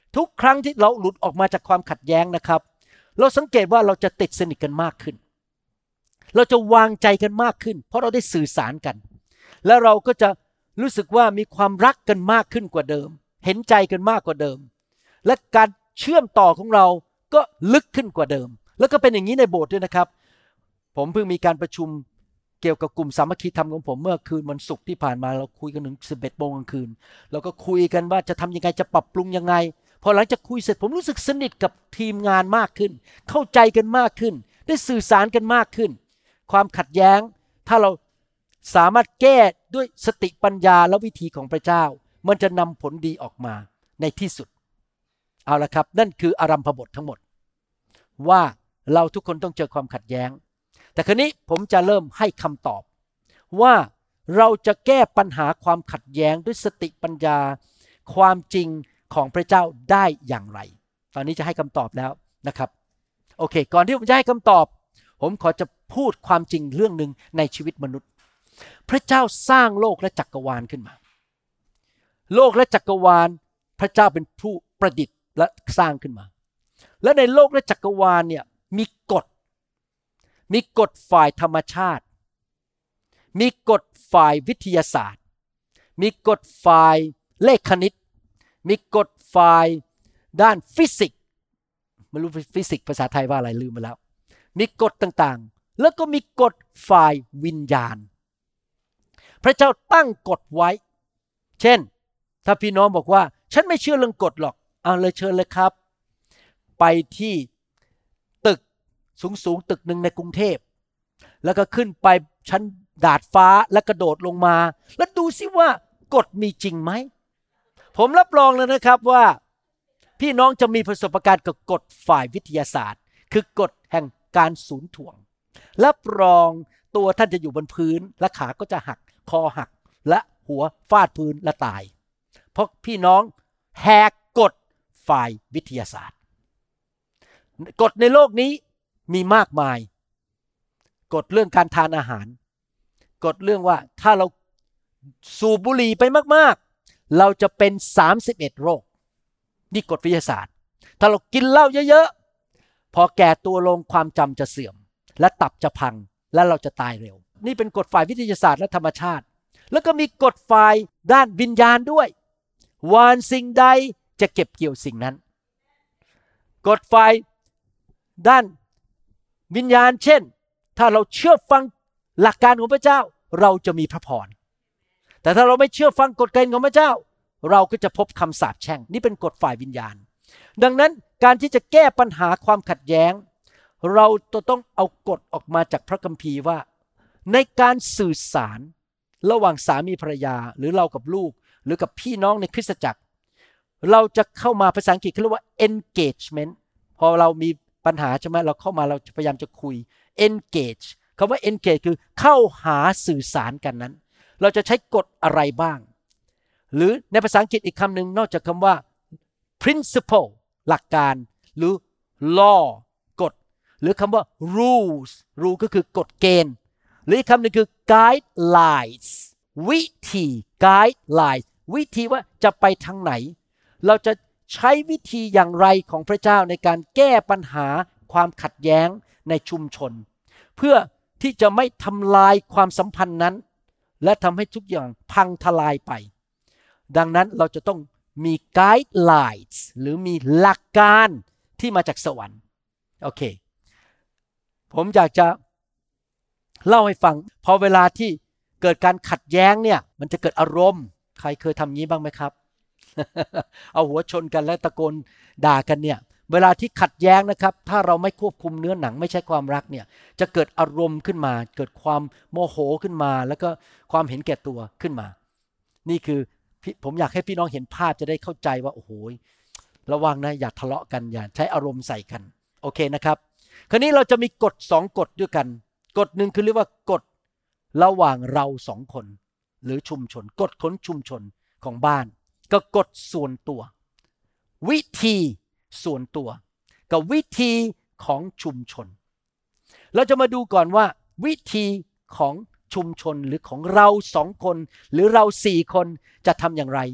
B: ทุกครั้งที่เราหลุดออกมาจากความขัดแย้งนะครับเราสังเกตว่าเราจะติดสนิทกันมากขึ้นเราจะวางใจกันมากขึ้นเพราะเราได้สื่อสารกันและเราก็จะรู้สึกว่ามีความรักกันมากขึ้นกว่าเดิมเห็นใจกันมากกว่าเดิมและการเชื่อมต่อของเราก็ลึกขึ้นกว่าเดิมแล้วก็เป็นอย่างนี้ในโบสถ์ด้วยนะครับผมเพิ่งมีการประชุมเกี่ยวกับกลุ่มสามัคคีธรรมของผมเมื่อคืนวันศุกร์ที่ผ่านมาเราคุยกันถึง 11:00 น.กลางคืนเราก็คุยกันว่าจะทำยังไงจะปรับปรุงยังไงพอหลังจากคุยเสร็จผมรู้สึกสนิทกับทีมงานมากขึ้นเข้าใจกันมากขึ้นได้สื่อสารกันมากขึ้นความขัดแย้งถ้าเราสามารถแก้ด้วยสติปัญญาและวิธีของพระเจ้ามันจะนำผลดีออกมาในที่สุดเอาละครับนั่นคืออารัมภบททั้งหมดว่าเราทุกคนต้องเจอความขัดแย้งแต่คราวนี้ผมจะเริ่มให้คำตอบว่าเราจะแก้ปัญหาความขัดแย้งด้วยสติปัญญาความจริงของพระเจ้าได้อย่างไรตอนนี้จะให้คำตอบแล้วนะครับโอเคก่อนที่ผมจะให้คำตอบผมขอจะพูดความจริงเรื่องนึงในชีวิตมนุษย์พระเจ้าสร้างโลกและจักรวาลขึ้นมาโลกและจักรวาลพระเจ้าเป็นผู้ประดิษฐ์และสร้างขึ้นมาและในโลกและจักรวาลเนี่ยมีกฎฝ่ายธรรมชาติมีกฎฝ่ายวิทยาศาสตร์มีกฎฝ่ายเลขคณิตมีกฎฝ่ายด้านฟิสิกส์ไม่รู้ฟิสิกส์ภาษาไทยว่าอะไรลืมไปแล้วมีกฎต่างๆแล้วก็มีกฎฝ่ายวิญญาณพระเจ้าตั้งกฎไว้เช่นถ้าพี่น้องบอกว่าฉันไม่เชื่อเรื่องกฎหรอกเอาเลยเชิญเลยครับไปที่ตึกสูงตึกนึงในกรุงเทพแล้วก็ขึ้นไปชั้นดาดฟ้าแล้วกระโดดลงมาแล้วดูสิว่ากฎมีจริงไหมผมรับรองเลยนะครับว่าพี่น้องจะมีประสบการณ์กับกฎฝ่ายวิทยาศาสตร์คือกฎแห่งการศูนย์ถ่วงรับรองตัวท่านจะอยู่บนพื้นและขาก็จะหักคอหักและหัวฟาดพื้นและตายเพราะพี่น้องแหกกฎฝ่ายวิทยาศาสตร์กฎในโลกนี้มีมากมายกฎเรื่องการทานอาหารกฎเรื่องว่าถ้าเราสูบบุหรี่ไปมากๆเราจะเป็น31โรคนี่กฎวิทยาศาสตร์ถ้าเรากินเหล้าเยอะๆพอแก่ตัวลงความจำจะเสื่อมและตับจะพังและเราจะตายเร็วนี่เป็นกฎฝ่ายวิทยาศาสตร์และธรรมชาติแล้วก็มีกฎฝ่ายด้านวิญญาณด้วยหว่านสิ่งใดจะเก็บเกี่ยวสิ่งนั้นกฎฝ่ายด้านวิญญาณเช่นถ้าเราเชื่อฟังหลักการของพระเจ้าเราจะมีพระพรแต่ถ้าเราไม่เชื่อฟังกฎเกณฑ์ของพระเจ้าเราก็จะพบคำสาปแช่งนี่เป็นกฎฝ่ายวิญญาณดังนั้นการที่จะแก้ปัญหาความขัดแย้งเราต้องเอากฎออกมาจากพระคัมภีร์ว่าในการสื่อสารระหว่างสามีภรรยาหรือเรากับลูกหรือกับพี่น้องในคริสตจักรเราจะเข้ามาภาษาอังกฤษเขาเรียกว่า engagement พอเรามีปัญหาใช่ไหมเราเข้ามาเราพยายามจะคุย engage คำว่า engage คือเข้าหาสื่อสารกันนั้นเราจะใช้กฎอะไรบ้างหรือในภาษาอังกฤษอีกคำหนึ่งนอกจากคำว่า principle หลักการหรือ law กฎหรือคำว่า rules rule ก็คือกฎเกณฑ์หรืออีกคำหนึ่งคือ guidelines วิธี guidelines วิธีว่าจะไปทางไหนเราจะใช้วิธีอย่างไรของพระเจ้าในการแก้ปัญหาความขัดแย้งในชุมชนเพื่อที่จะไม่ทำลายความสัมพันธ์นั้นและทำให้ทุกอย่างพังทลายไปดังนั้นเราจะต้องมี guidelines หรือมีหลักการที่มาจากสวรรค์โอเคผมอยากจะเล่าให้ฟังพอเวลาที่เกิดการขัดแย้งเนี่ยมันจะเกิดอารมณ์ใครเคยทำงี้บ้างไหมครับ เอาหัวชนกันและตะโกนด่ากันเนี่ยเวลาที่ขัดแย้งนะครับถ้าเราไม่ควบคุมเนื้อหนังไม่ใช่ความรักเนี่ยจะเกิดอารมณ์ขึ้นมาเกิดความโมโหขึ้นมาแล้วก็ความเห็นแก่ตัวขึ้นมานี่คือผมอยากให้พี่น้องเห็นภาพจะได้เข้าใจว่าโอ้โหระวังนะอย่าทะเลาะกันอย่าใช้อารมณ์ใส่กันโอเคนะครับคราวนี้เราจะมีกฎ2กฎด้วยกันกฎหนึ่งคือเรียกว่ากฎระหว่างเรา2คนหรือชุมชนกฎของชุมชนของบ้านกับกฎส่วนตัววิธีส่วนตัวกับวิธีของชุมชนเราจะมาดูก่อนว่าวิธีของชุมชนหรือของเรา2คนหรือเรา4คนจะทำอย่างไร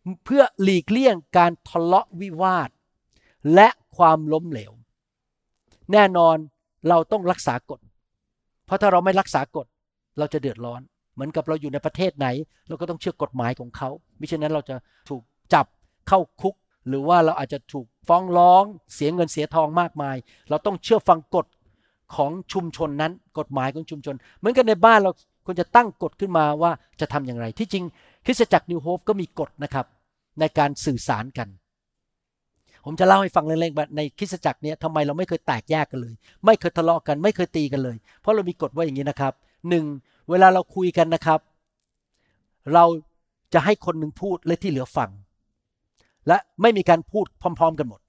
B: เพื่อหลีกเลี่ยงการทะเลาะวิวาทและความล้มเหลวแน่นอนเราต้องรักษากฎเพราะถ้าเราไม่รักษากฎเราจะเดือดร้อนเหมือนกับเราอยู่ในประเทศไหนเราก็ต้องเชื่อกฎหมายของเขามิฉะนั้นเราจะถูกจับเข้าคุกหรือว่าเราอาจจะถูกฟ้องร้องเสียเงินเสียทองมากมายเราต้องเชื่อฟังกฎของชุมชนนั้นกฎหมายของชุมชนเหมือนกันในบ้านเราควรจะตั้งกฎขึ้นมาว่าจะทำอย่างไรที่จริงคริสตจักรนิวโฮปก็มีกฎนะครับในการสื่อสารกันผมจะเล่าให้ฟังเล็กๆในคริสตจักรนี้ทำไมเราไม่เคยแตกแยกกันเลยไม่เคยทะเลาะกันไม่เคยตีกันเลยเพราะเรามีกฎว่าอย่างนี้นะครับ1เวลาเราคุยกันนะครับเราจะให้คนหนึ่งพูดและที่เหลือฟังและไม่มีการพูดพร้อมๆกันหมด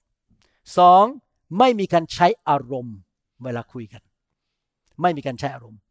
B: 2ไม่มีการใช้อารมณ์เวลาคุยกันไม่มีการใช้อารมณ์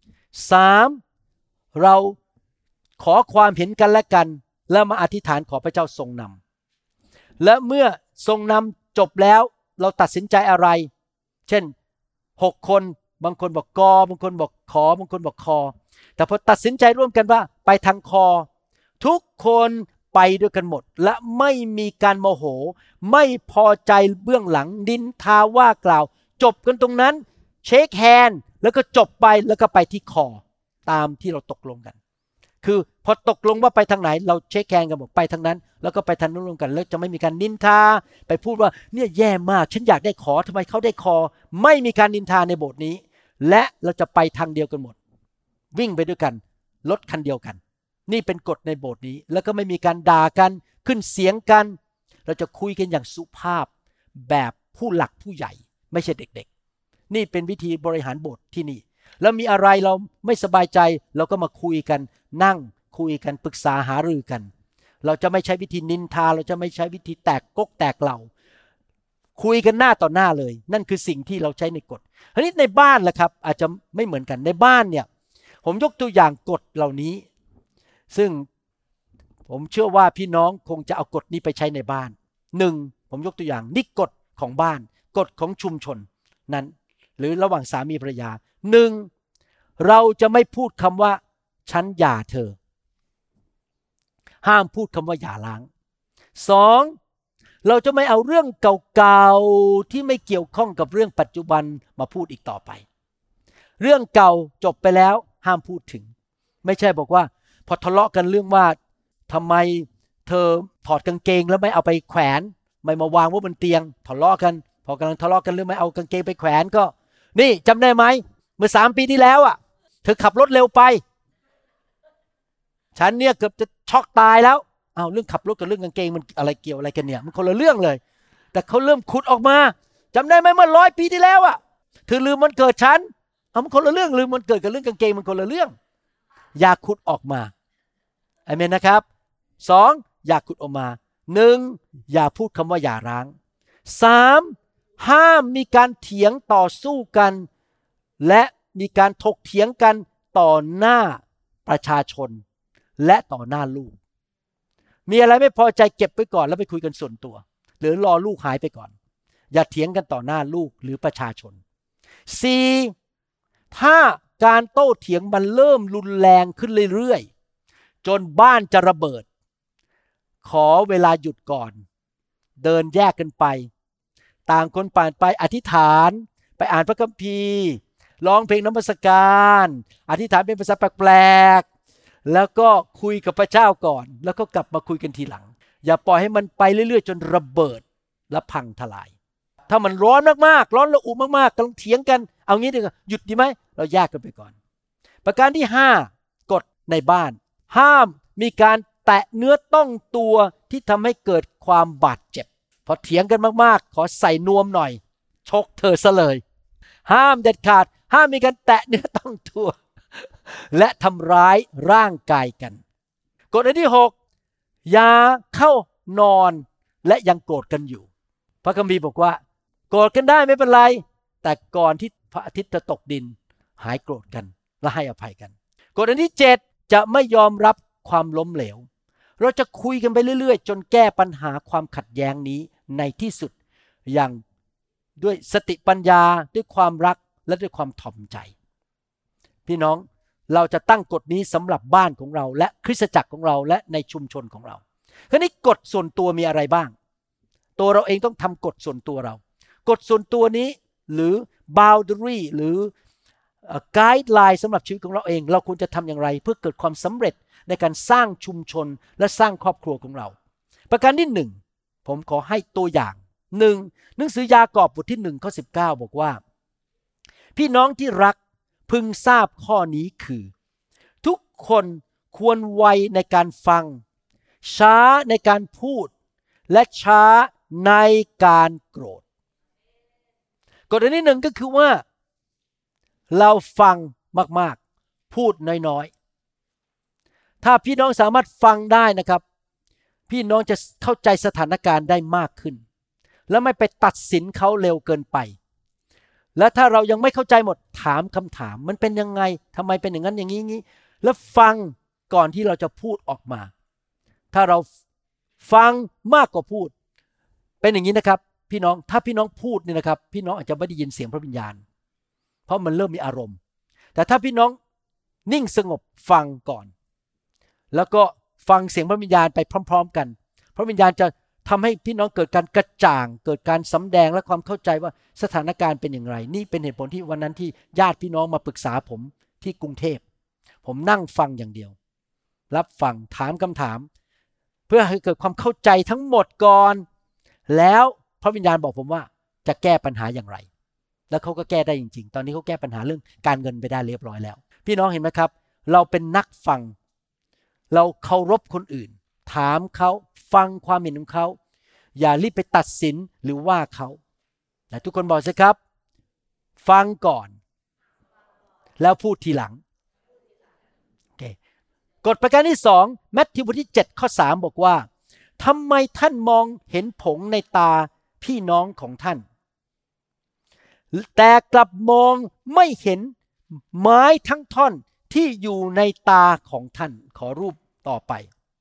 B: 3เราขอความเห็นกันและกันแล้วมาอธิษฐานขอพระเจ้าทรงนำและเมื่อทรงนำจบแล้วเราตัดสินใจอะไรเช่น6คนบางคนบอกกบางคนบอกขบางคนบอกคแต่พอตัดสินใจร่วมกันว่าไปทางคทุกคนไปด้วยกันหมดและไม่มีการโมโหไม่พอใจเบื้องหลังนินทาว่ากล่าวจบกันตรงนั้นเช็คแฮนด์แล้วก็จบไปแล้วก็ไปที่คอตามที่เราตกลงกันคือพอตกลงว่าไปทางไหนเราเช็คแฮนด์กันบอกไปทางนั้นแล้วก็ไปทางนู้นรวมกันแล้วจะไม่มีการนินทาไปพูดว่าเนี่ยแย่มากฉันอยากได้ขอทำไมเขาได้คอไม่มีการนินทาในโบสถ์นี้และเราจะไปทางเดียวกันหมดวิ่งไปด้วยกันรถคันเดียวกันนี่เป็นกฎในโบสถ์นี้แล้วก็ไม่มีการด่ากันขึ้นเสียงกันเราจะคุยกันอย่างสุภาพแบบผู้หลักผู้ใหญ่ไม่ใช่เด็กๆนี่เป็นวิธีบริหารโบสถ์ที่นี่แล้วมีอะไรเราไม่สบายใจเราก็มาคุยกันนั่งคุยกันปรึกษาหารือกันเราจะไม่ใช้วิธีนินทาเราจะไม่ใช้วิธีแตกกกแตกเหล่าคุยกันหน้าต่อหน้าเลยนั่นคือสิ่งที่เราใช้ในกฎทีนี้ในบ้านล่ะครับอาจจะไม่เหมือนกันในบ้านเนี่ยผมยกตัวอย่างกฎเหล่านี้ซึ่งผมเชื่อว่าพี่น้องคงจะเอากฎนี้ไปใช้ในบ้าน1ผมยกตัวอย่างนี่กฎของบ้านกฎของชุมชนนั้นหรือระหว่างสามีภรรยา1เราจะไม่พูดคำว่าฉันหย่าเธอห้ามพูดคำว่าหย่าร้าง2เราจะไม่เอาเรื่องเก่าๆที่ไม่เกี่ยวข้องกับเรื่องปัจจุบันมาพูดอีกต่อไปเรื่องเก่าจบไปแล้วห้ามพูดถึงไม่ใช่บอกว่าพอทะเลาะกันเรื่องว่าทำไมเธอถอดกางเกงแล้วไม่เอาไปแขวนไม่มาวางไว้บนเตียงทะเลาะกันพอกำลังทะเลาะกันเรื่องไม่เอากางเกงไปแขวนก็นี่จำได้ไหมเมื่อ3 ปีที่แล้วอ่ะเธอขับรถเร็วไปฉันเนี่ยเกือบจะช็อกตายแล้วเอาเรื่องขับรถกับเรื่องกางเกงมันอะไรเกี่ยวอะไรกันเนี่ยมันคนละเรื่องเลยแต่เขาเริ่มขุดออกมาจำได้ไหมเมื่อ100 ปีที่แล้วอ่ะเธอลืมวันเกิดฉันเอามันคนละเรื่องลืมวันเกิดกับเรื่องกางเกงมันคนละเรื่องอย่าขุดออกมาอาเมนนะครับ2อย่าขุดออกมา1อย่าพูดคำว่าอย่าร้าง3ห้ามมีการเถียงต่อสู้กันและมีการถกเถียงกันต่อหน้าประชาชนและต่อหน้าลูกมีอะไรไม่พอใจเก็บไว้ก่อนแล้วไปคุยกันส่วนตัวหรือรอลูกหายไปก่อนอย่าเถียงกันต่อหน้าลูกหรือประชาชน4ถ้าการโต้เถียงมันเริ่มรุนแรงขึ้นเรื่อยๆจนบ้านจะระเบิดขอเวลาหยุดก่อนเดินแยกกันไปต่างคนผ่านไปอธิษฐานไปอ่านพระคัมภีร์ร้องเพลงนมัสการอธิษฐานเป็นภาษาแปลกๆแล้วก็คุยกับพระเจ้าก่อนแล้วก็กลับมาคุยกันทีหลังอย่าปล่อยให้มันไปเรื่อยๆจนระเบิดและพังทลายถ้ามันร้อนมากๆร้อนระอุมากๆกำลังเถียงกันเอางี้ดีกว่าหยุดดีไหมเราแยกกันไปก่อนประการที่5กฎในบ้านห้ามมีการแตะเนื้อต้องตัวที่ทำให้เกิดความบาดเจ็บพอเถียงกันมากๆขอใส่นวมหน่อยชกเธอซะเลยห้ามเด็ดขาดห้ามมีการแตะเนื้อต้องตัวและทำร้ายร่างกายกันกฎอันที่6อย่าเข้านอนและยังโกรธกันอยู่พระคัมภีร์บอกว่าโกรธกันได้ไม่เป็นไรแต่ก่อนที่พระอาทิตย์จะตกดินหายโกรธกันและให้อภัยกันกฎอันที่7จะไม่ยอมรับความล้มเหลวเราจะคุยกันไปเรื่อยๆจนแก้ปัญหาความขัดแย้งนี้ในที่สุดอย่างด้วยสติปัญญาด้วยความรักและด้วยความถ่อมใจพี่น้องเราจะตั้งกฎนี้สำหรับบ้านของเราและคริสตจักรของเราและในชุมชนของเราคราวนี้กฎส่วนตัวมีอะไรบ้างตัวเราเองต้องทำกฎส่วนตัวเรากฎส่วนตัวนี้หรือ boundary หรือguideline สำหรับชีวิตของเราเองเราควรจะทำอย่างไรเพื่อเกิดความสำเร็จในการสร้างชุมชนและสร้างครอบครัวของเราประการที่1ผมขอให้ตัวอย่าง1หนังสือยากอบบทที่1ข้อ19บอกว่าพี่น้องที่รักพึงทราบข้อนี้คือทุกคนควรไวในการฟังช้าในการพูดและช้าในการโกรธกฎอันที่1ก็คือว่าเราฟังมากๆพูดน้อยๆถ้าพี่น้องสามารถฟังได้นะครับพี่น้องจะเข้าใจสถานการณ์ได้มากขึ้นและไม่ไปตัดสินเขาเร็วเกินไปและถ้าเรายังไม่เข้าใจหมดถามคำถามมันเป็นยังไงทำไมเป็นอย่างนั้นอย่างนี้แล้วฟังก่อนที่เราจะพูดออกมาถ้าเราฟังมากกว่าพูดเป็นอย่างนี้นะครับพี่น้องถ้าพี่น้องพูดเนี่ยนะครับพี่น้องอาจจะไม่ได้ยินเสียงพระวิญญาณเพราะมันเริ่มมีอารมณ์แต่ถ้าพี่น้องนิ่งสงบฟังก่อนแล้วก็ฟังเสียงพระวิญญาณไปพร้อมๆกันพระวิญญาณจะทำให้พี่น้องเกิดการกระจ่างเกิดการสำแดงและความเข้าใจว่าสถานการณ์เป็นอย่างไรนี่เป็นเหตุผลที่วันนั้นที่ญาติพี่น้องมาปรึกษาผมที่กรุงเทพผมนั่งฟังอย่างเดียวรับฟังถามคำถามเพื่อให้เกิดความเข้าใจทั้งหมดก่อนแล้วพระวิญญาณบอกผมว่าจะแก้ปัญหาอย่างไรแล้วเขาก็แก้ได้จริงๆตอนนี้เขาแก้ปัญหาเรื่องการเงินไปได้เรียบร้อยแล้วพี่น้องเห็นไหมครับเราเป็นนักฟังเราเคารพคนอื่นถามเขาฟังความเห็นของเขาอย่ารีบไปตัดสินหรือว่าเขาแต่ทุกคนบอกสิครับฟังก่อนแล้วพูดทีหลังโอเคกฎประการที่2มัทธิวบทที่7ข้อ3บอกว่าทำไมท่านมองเห็นผงในตาพี่น้องของท่านแต่กลับมองไม่เห็นไม้ทั้งท่อนที่อยู่ในตาของท่านขอรูปต่อไป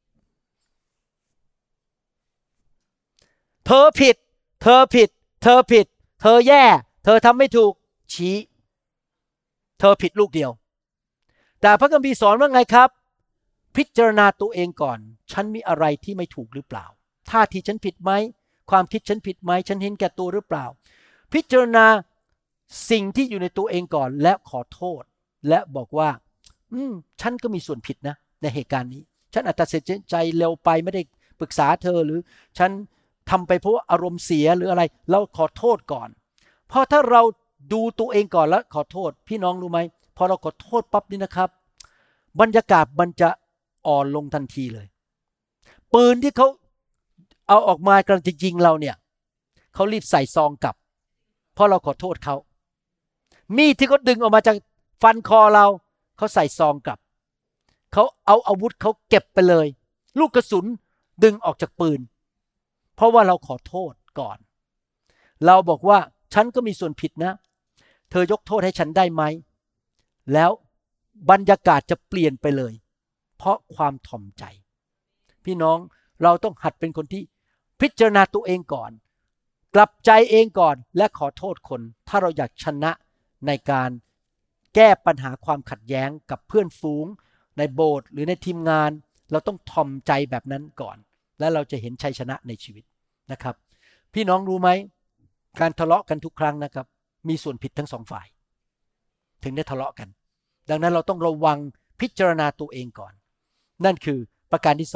B: เธอผิดเธอผิดเธอผิดเธอแย่เธอทำไม่ถูกชี้เธอผิดลูกเดียวแต่พระคัมภีร์สอนว่าไงครับพิจารณาตัวเองก่อนฉันมีอะไรที่ไม่ถูกหรือเปล่าท่าทีฉันผิดไหมความคิดฉันผิดไหมฉันเห็นแก่ตัวหรือเปล่าพิจารณาสิ่งที่อยู่ในตัวเองก่อนและขอโทษและบอกว่าฉันก็มีส่วนผิดนะในเหตุการณ์นี้ฉันอาจจะตัดสินใจเร็วไปไม่ได้ปรึกษาเธอหรือฉันทำไปเพราะอารมณ์เสียหรืออะไรเราขอโทษก่อนเพราะถ้าเราดูตัวเองก่อนแล้วขอโทษพี่น้องรู้ไหมพอเราขอโทษปั๊บนี่นะครับบรรยากาศมันจะอ่อนลงทันทีเลยปืนที่เขาเอาออกมากำลังจะยิงเราเนี่ยเขารีบใส่ซองกลับเพราะเราขอโทษเขามีดที่เขาดึงออกมาจากฟันคอเราเขาใส่ซองกลับเขาเอาอาวุธเขาเก็บไปเลยลูกกระสุนดึงออกจากปืนเพราะว่าเราขอโทษก่อนเราบอกว่าฉันก็มีส่วนผิดนะเธอยกโทษให้ฉันได้ไหมแล้วบรรยากาศจะเปลี่ยนไปเลยเพราะความถ่อมใจพี่น้องเราต้องหัดเป็นคนที่พิจารณาตัวเองก่อนกลับใจเองก่อนและขอโทษคนถ้าเราอยากชนะในการแก้ปัญหาความขัดแย้งกับเพื่อนฝูงในโบสถ์หรือในทีมงานเราต้องถ่อมใจแบบนั้นก่อนและเราจะเห็นชัยชนะในชีวิตนะครับพี่น้องรู้ไหมการทะเลาะกันทุกครั้งนะครับมีส่วนผิดทั้งสองฝ่ายถึงได้ทะเลาะกันดังนั้นเราต้องระวังพิจารณาตัวเองก่อนนั่นคือประการที่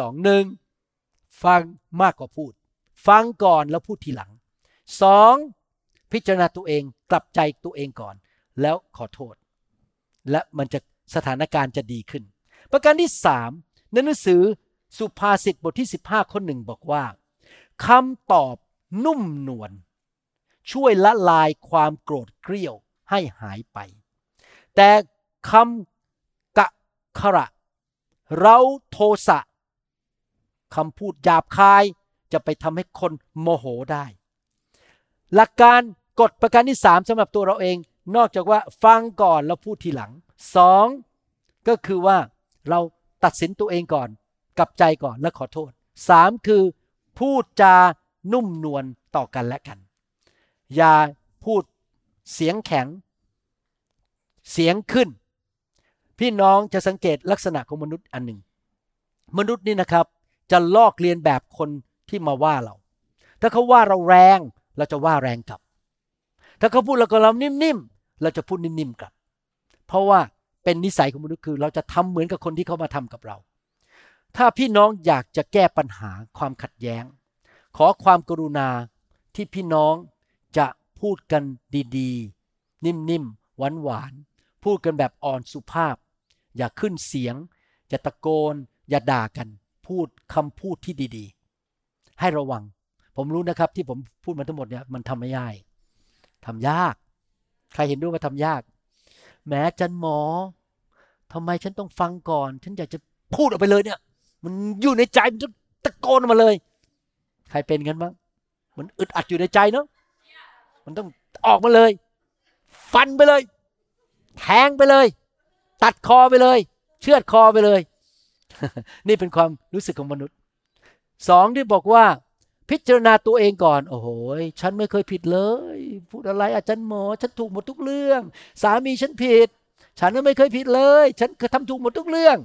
B: 1ฟังมากกว่าพูดฟังก่อนแล้วพูดทีหลัง2พิจารณาตัวเองกลับใจตัวเองก่อนแล้วขอโทษและมันจะสถานการณ์จะดีขึ้นประการที่3ในหนังสือสุภาษิตบทที่15ข้อ1บอกว่าคำตอบนุ่มนวลช่วยละลายความโกรธเกรี้ยวให้หายไปแต่คำกะขระเร้าโทสะคำพูดหยาบคายจะไปทำให้คนโมโหได้หลักการกฎประการที่3สำหรับตัวเราเองนอกจากว่าฟังก่อนแล้วพูดทีหลัง2ก็คือว่าเราตัดสินตัวเองก่อนกลับใจก่อนและขอโทษ3คือพูดจานุ่มนวลต่อกันและกันอย่าพูดเสียงแข็งเสียงขึ้นพี่น้องจะสังเกตลักษณะของมนุษย์อันหนึ่งมนุษย์นี่นะครับจะลอกเลียนแบบคนที่มาว่าเราถ้าเขาว่าเราแรงเราจะว่าแรงกลับถ้าเขาพูดแล้วก็เรานิ่มๆเราจะพูดนิ่มๆกลับเพราะว่าเป็นนิสัยของมนุษย์คือเราจะทำเหมือนกับคนที่เขามาทำกับเราถ้าพี่น้องอยากจะแก้ปัญหาความขัดแย้งขอความกรุณาที่พี่น้องจะพูดกันดีๆนิ่มๆหวานๆพูดกันแบบอ่อนสุภาพอย่าขึ้นเสียงอย่าตะโกนอย่าด่ากันพูดคำพูดที่ดีๆให้ระวังผมรู้นะครับที่ผมพูดมาทั้งหมดเนี่ยมันทำไม่ยากทำยากใครเห็นด้วยว่าทำยากแม้อาจารย์หมอทำไมฉันต้องฟังก่อนฉันอยากจะพูดออกไปเลยเนี่ยมันอยู่ในใจมันตะโกนออกมาเลยใครเป็นกันบ้างมันอึดอัดอยู่ในใจเนาะมันต้องออกมาเลยฟันไปเลยแทงไปเลยตัดคอไปเลยเชือดคอไปเลย นี่เป็นความรู้สึกของมนุษย์สองที่บอกว่าพิจารณาตัวเองก่อนโอ้โหฉันไม่เคยผิดเลยพูดอะไรอาจารย์หมอฉันถูกหมดทุกเรื่องสามีฉันผิดฉันก็ไม่เคยผิดเลยฉันทำถูกหมดทุกเรื่อง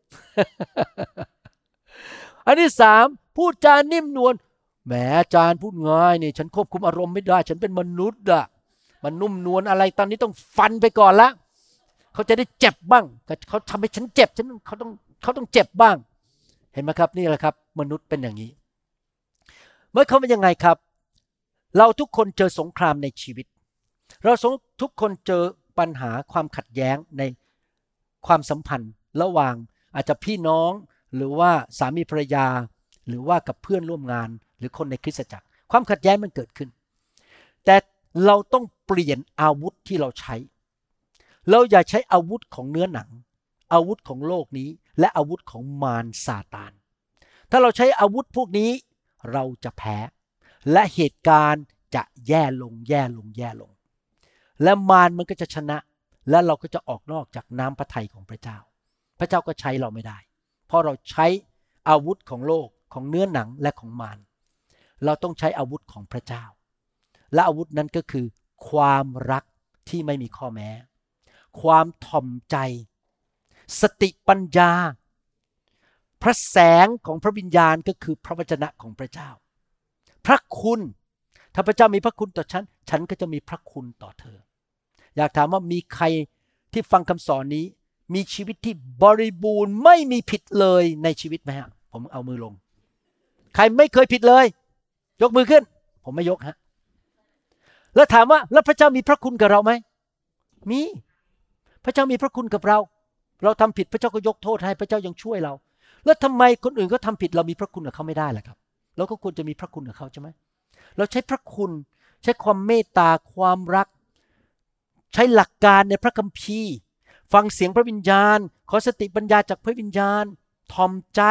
B: อันที่สามพูดจานิ่มนวลแหมอาจารย์พูดง่ายนี่ฉันควบคุมอารมณ์ไม่ได้ฉันเป็นมนุษย์อะมันนุ่มนวลอะไรตอนนี้ต้องฟันไปก่อนละเขาจะได้เจ็บบ้างเขาทำให้ฉันเจ็บเขาต้องเจ็บบ้างเห็นไหมครับนี่แหละครับมนุษย์เป็นอย่างนี้เมื่อเขาเป็นยังไงครับเราทุกคนเจอสงครามในชีวิตเราทุกคนเจอปัญหาความขัดแย้งในความสัมพันธ์ระหว่างอาจจะพี่น้องหรือว่าสามีภรรยาหรือว่ากับเพื่อนร่วมงานหรือคนในคริสตจักรความขัดแย้งมันเกิดขึ้นแต่เราต้องเปลี่ยนอาวุธที่เราใช้เราอย่าใช้อาวุธของเนื้อหนังอาวุธของโลกนี้และอาวุธของมารซาตานถ้าเราใช้อาวุธพวกนี้เราจะแพ้และเหตุการณ์จะแย่ลงและมารมันก็จะชนะและเราก็จะออกนอกจากน้ำพระทัยของพระเจ้าพระเจ้าก็ใช้เราไม่ได้เพราะเราใช้อาวุธของโลกของเนื้อหนังและของมารเราต้องใช้อาวุธของพระเจ้าและอาวุธนั้นก็คือความรักที่ไม่มีข้อแม้ความถ่อมใจสติปัญญาพระแสงของพระวิญญาณก็คือพระวจนะของพระเจ้าพระคุณถ้าพระเจ้ามีพระคุณต่อฉันก็จะมีพระคุณต่อเธออยากถามว่ามีใครที่ฟังคำสอนนี้มีชีวิตที่บริบูรณ์ไม่มีผิดเลยในชีวิตไหมฮะผมเอามือลงใครไม่เคยผิดเลยยกมือขึ้นผมไม่ยกฮะแล้วถามว่าแล้วพระเจ้ามีพระคุณกับเราไหมมีพระเจ้ามีพระคุณกับเราทำผิดพระเจ้าก็ยกโทษให้พระเจ้ายังช่วยเราแล้วทำไมคนอื่นก็ทำผิดเรามีพระคุณกับเขาไม่ได้ล่ะครับเราก็ควรจะมีพระคุณกับเขาใช่ไหมเราใช้พระคุณใช้ความเมตตาความรักใช้หลักการในพระคัมภีร์ฟังเสียงพระวิญญาณขอสติปัญญาจากพระวิญญาณถ่อมใจ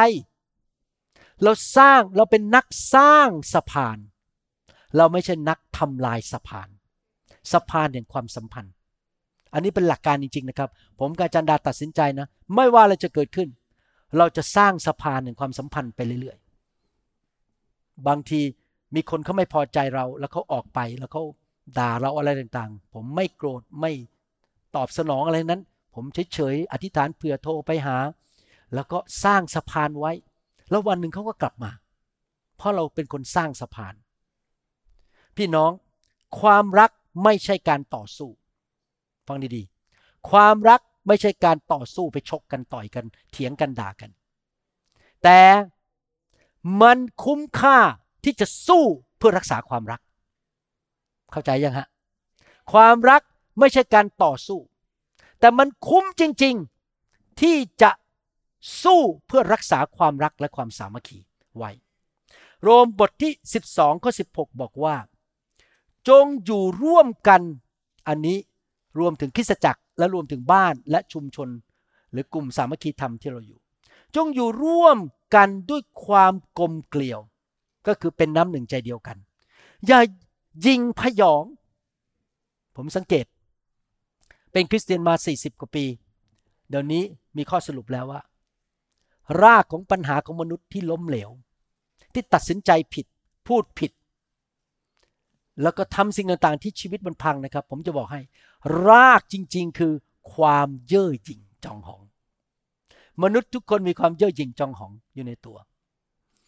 B: เราเป็นนักสร้างสะพานเราไม่ใช่นักทำลายสะพานแห่งความสัมพันธ์อันนี้เป็นหลักการจริงๆนะครับผมกับอาจารย์ดาตัดสินใจนะไม่ว่าอะไรจะเกิดขึ้นเราจะสร้างสะพานแห่งความสัมพันธ์ไปเรื่อยๆบางทีมีคนเขาไม่พอใจเราแล้วเขาออกไปแล้วเขาด่าเราอะไรต่างๆผมไม่โกรธไม่ตอบสนองอะไรนั้นผมเฉยๆอธิษฐานเผื่อโทรไปหาแล้วก็สร้างสะพานไว้แล้ววันหนึ่งเขาก็กลับมาเพราะเราเป็นคนสร้างสะพานพี่น้องความรักไม่ใช่การต่อสู้ฟังดีๆความรักไม่ใช่การต่อสู้ไปชกกันต่อยกันเถียงกันด่ากันแต่มันคุ้มค่าที่จะสู้เพื่อรักษาความรักเข้าใจยังฮะความรักไม่ใช่การต่อสู้แต่มันคุ้มจริงๆที่จะสู้เพื่อรักษาความรักและความสามัคคีไว้โรมบทที่12ข้อ16บอกว่าจงอยู่ร่วมกันอันนี้รวมถึงคริสตจักรและรวมถึงบ้านและชุมชนหรือกลุ่มสามัคคีธรรมที่เราอยู่จงอยู่ร่วมกันด้วยความกลมเกลียวก็คือเป็นน้ำหนึ่งใจเดียวกันอย่ายิงพยองผมสังเกตเป็นคริสเตียนมา40กว่าปีเดี๋ยวนี้มีข้อสรุปแล้วว่ารากของปัญหาของมนุษย์ที่ล้มเหลวที่ตัดสินใจผิดพูดผิดแล้วก็ทำสิ่งต่างๆที่ชีวิตมันพังนะครับผมจะบอกให้รากจริงๆคือความเย่อหยิ่งจองหองมนุษย์ทุกคนมีความเย่อหยิ่งจองหองอยู่ในตัว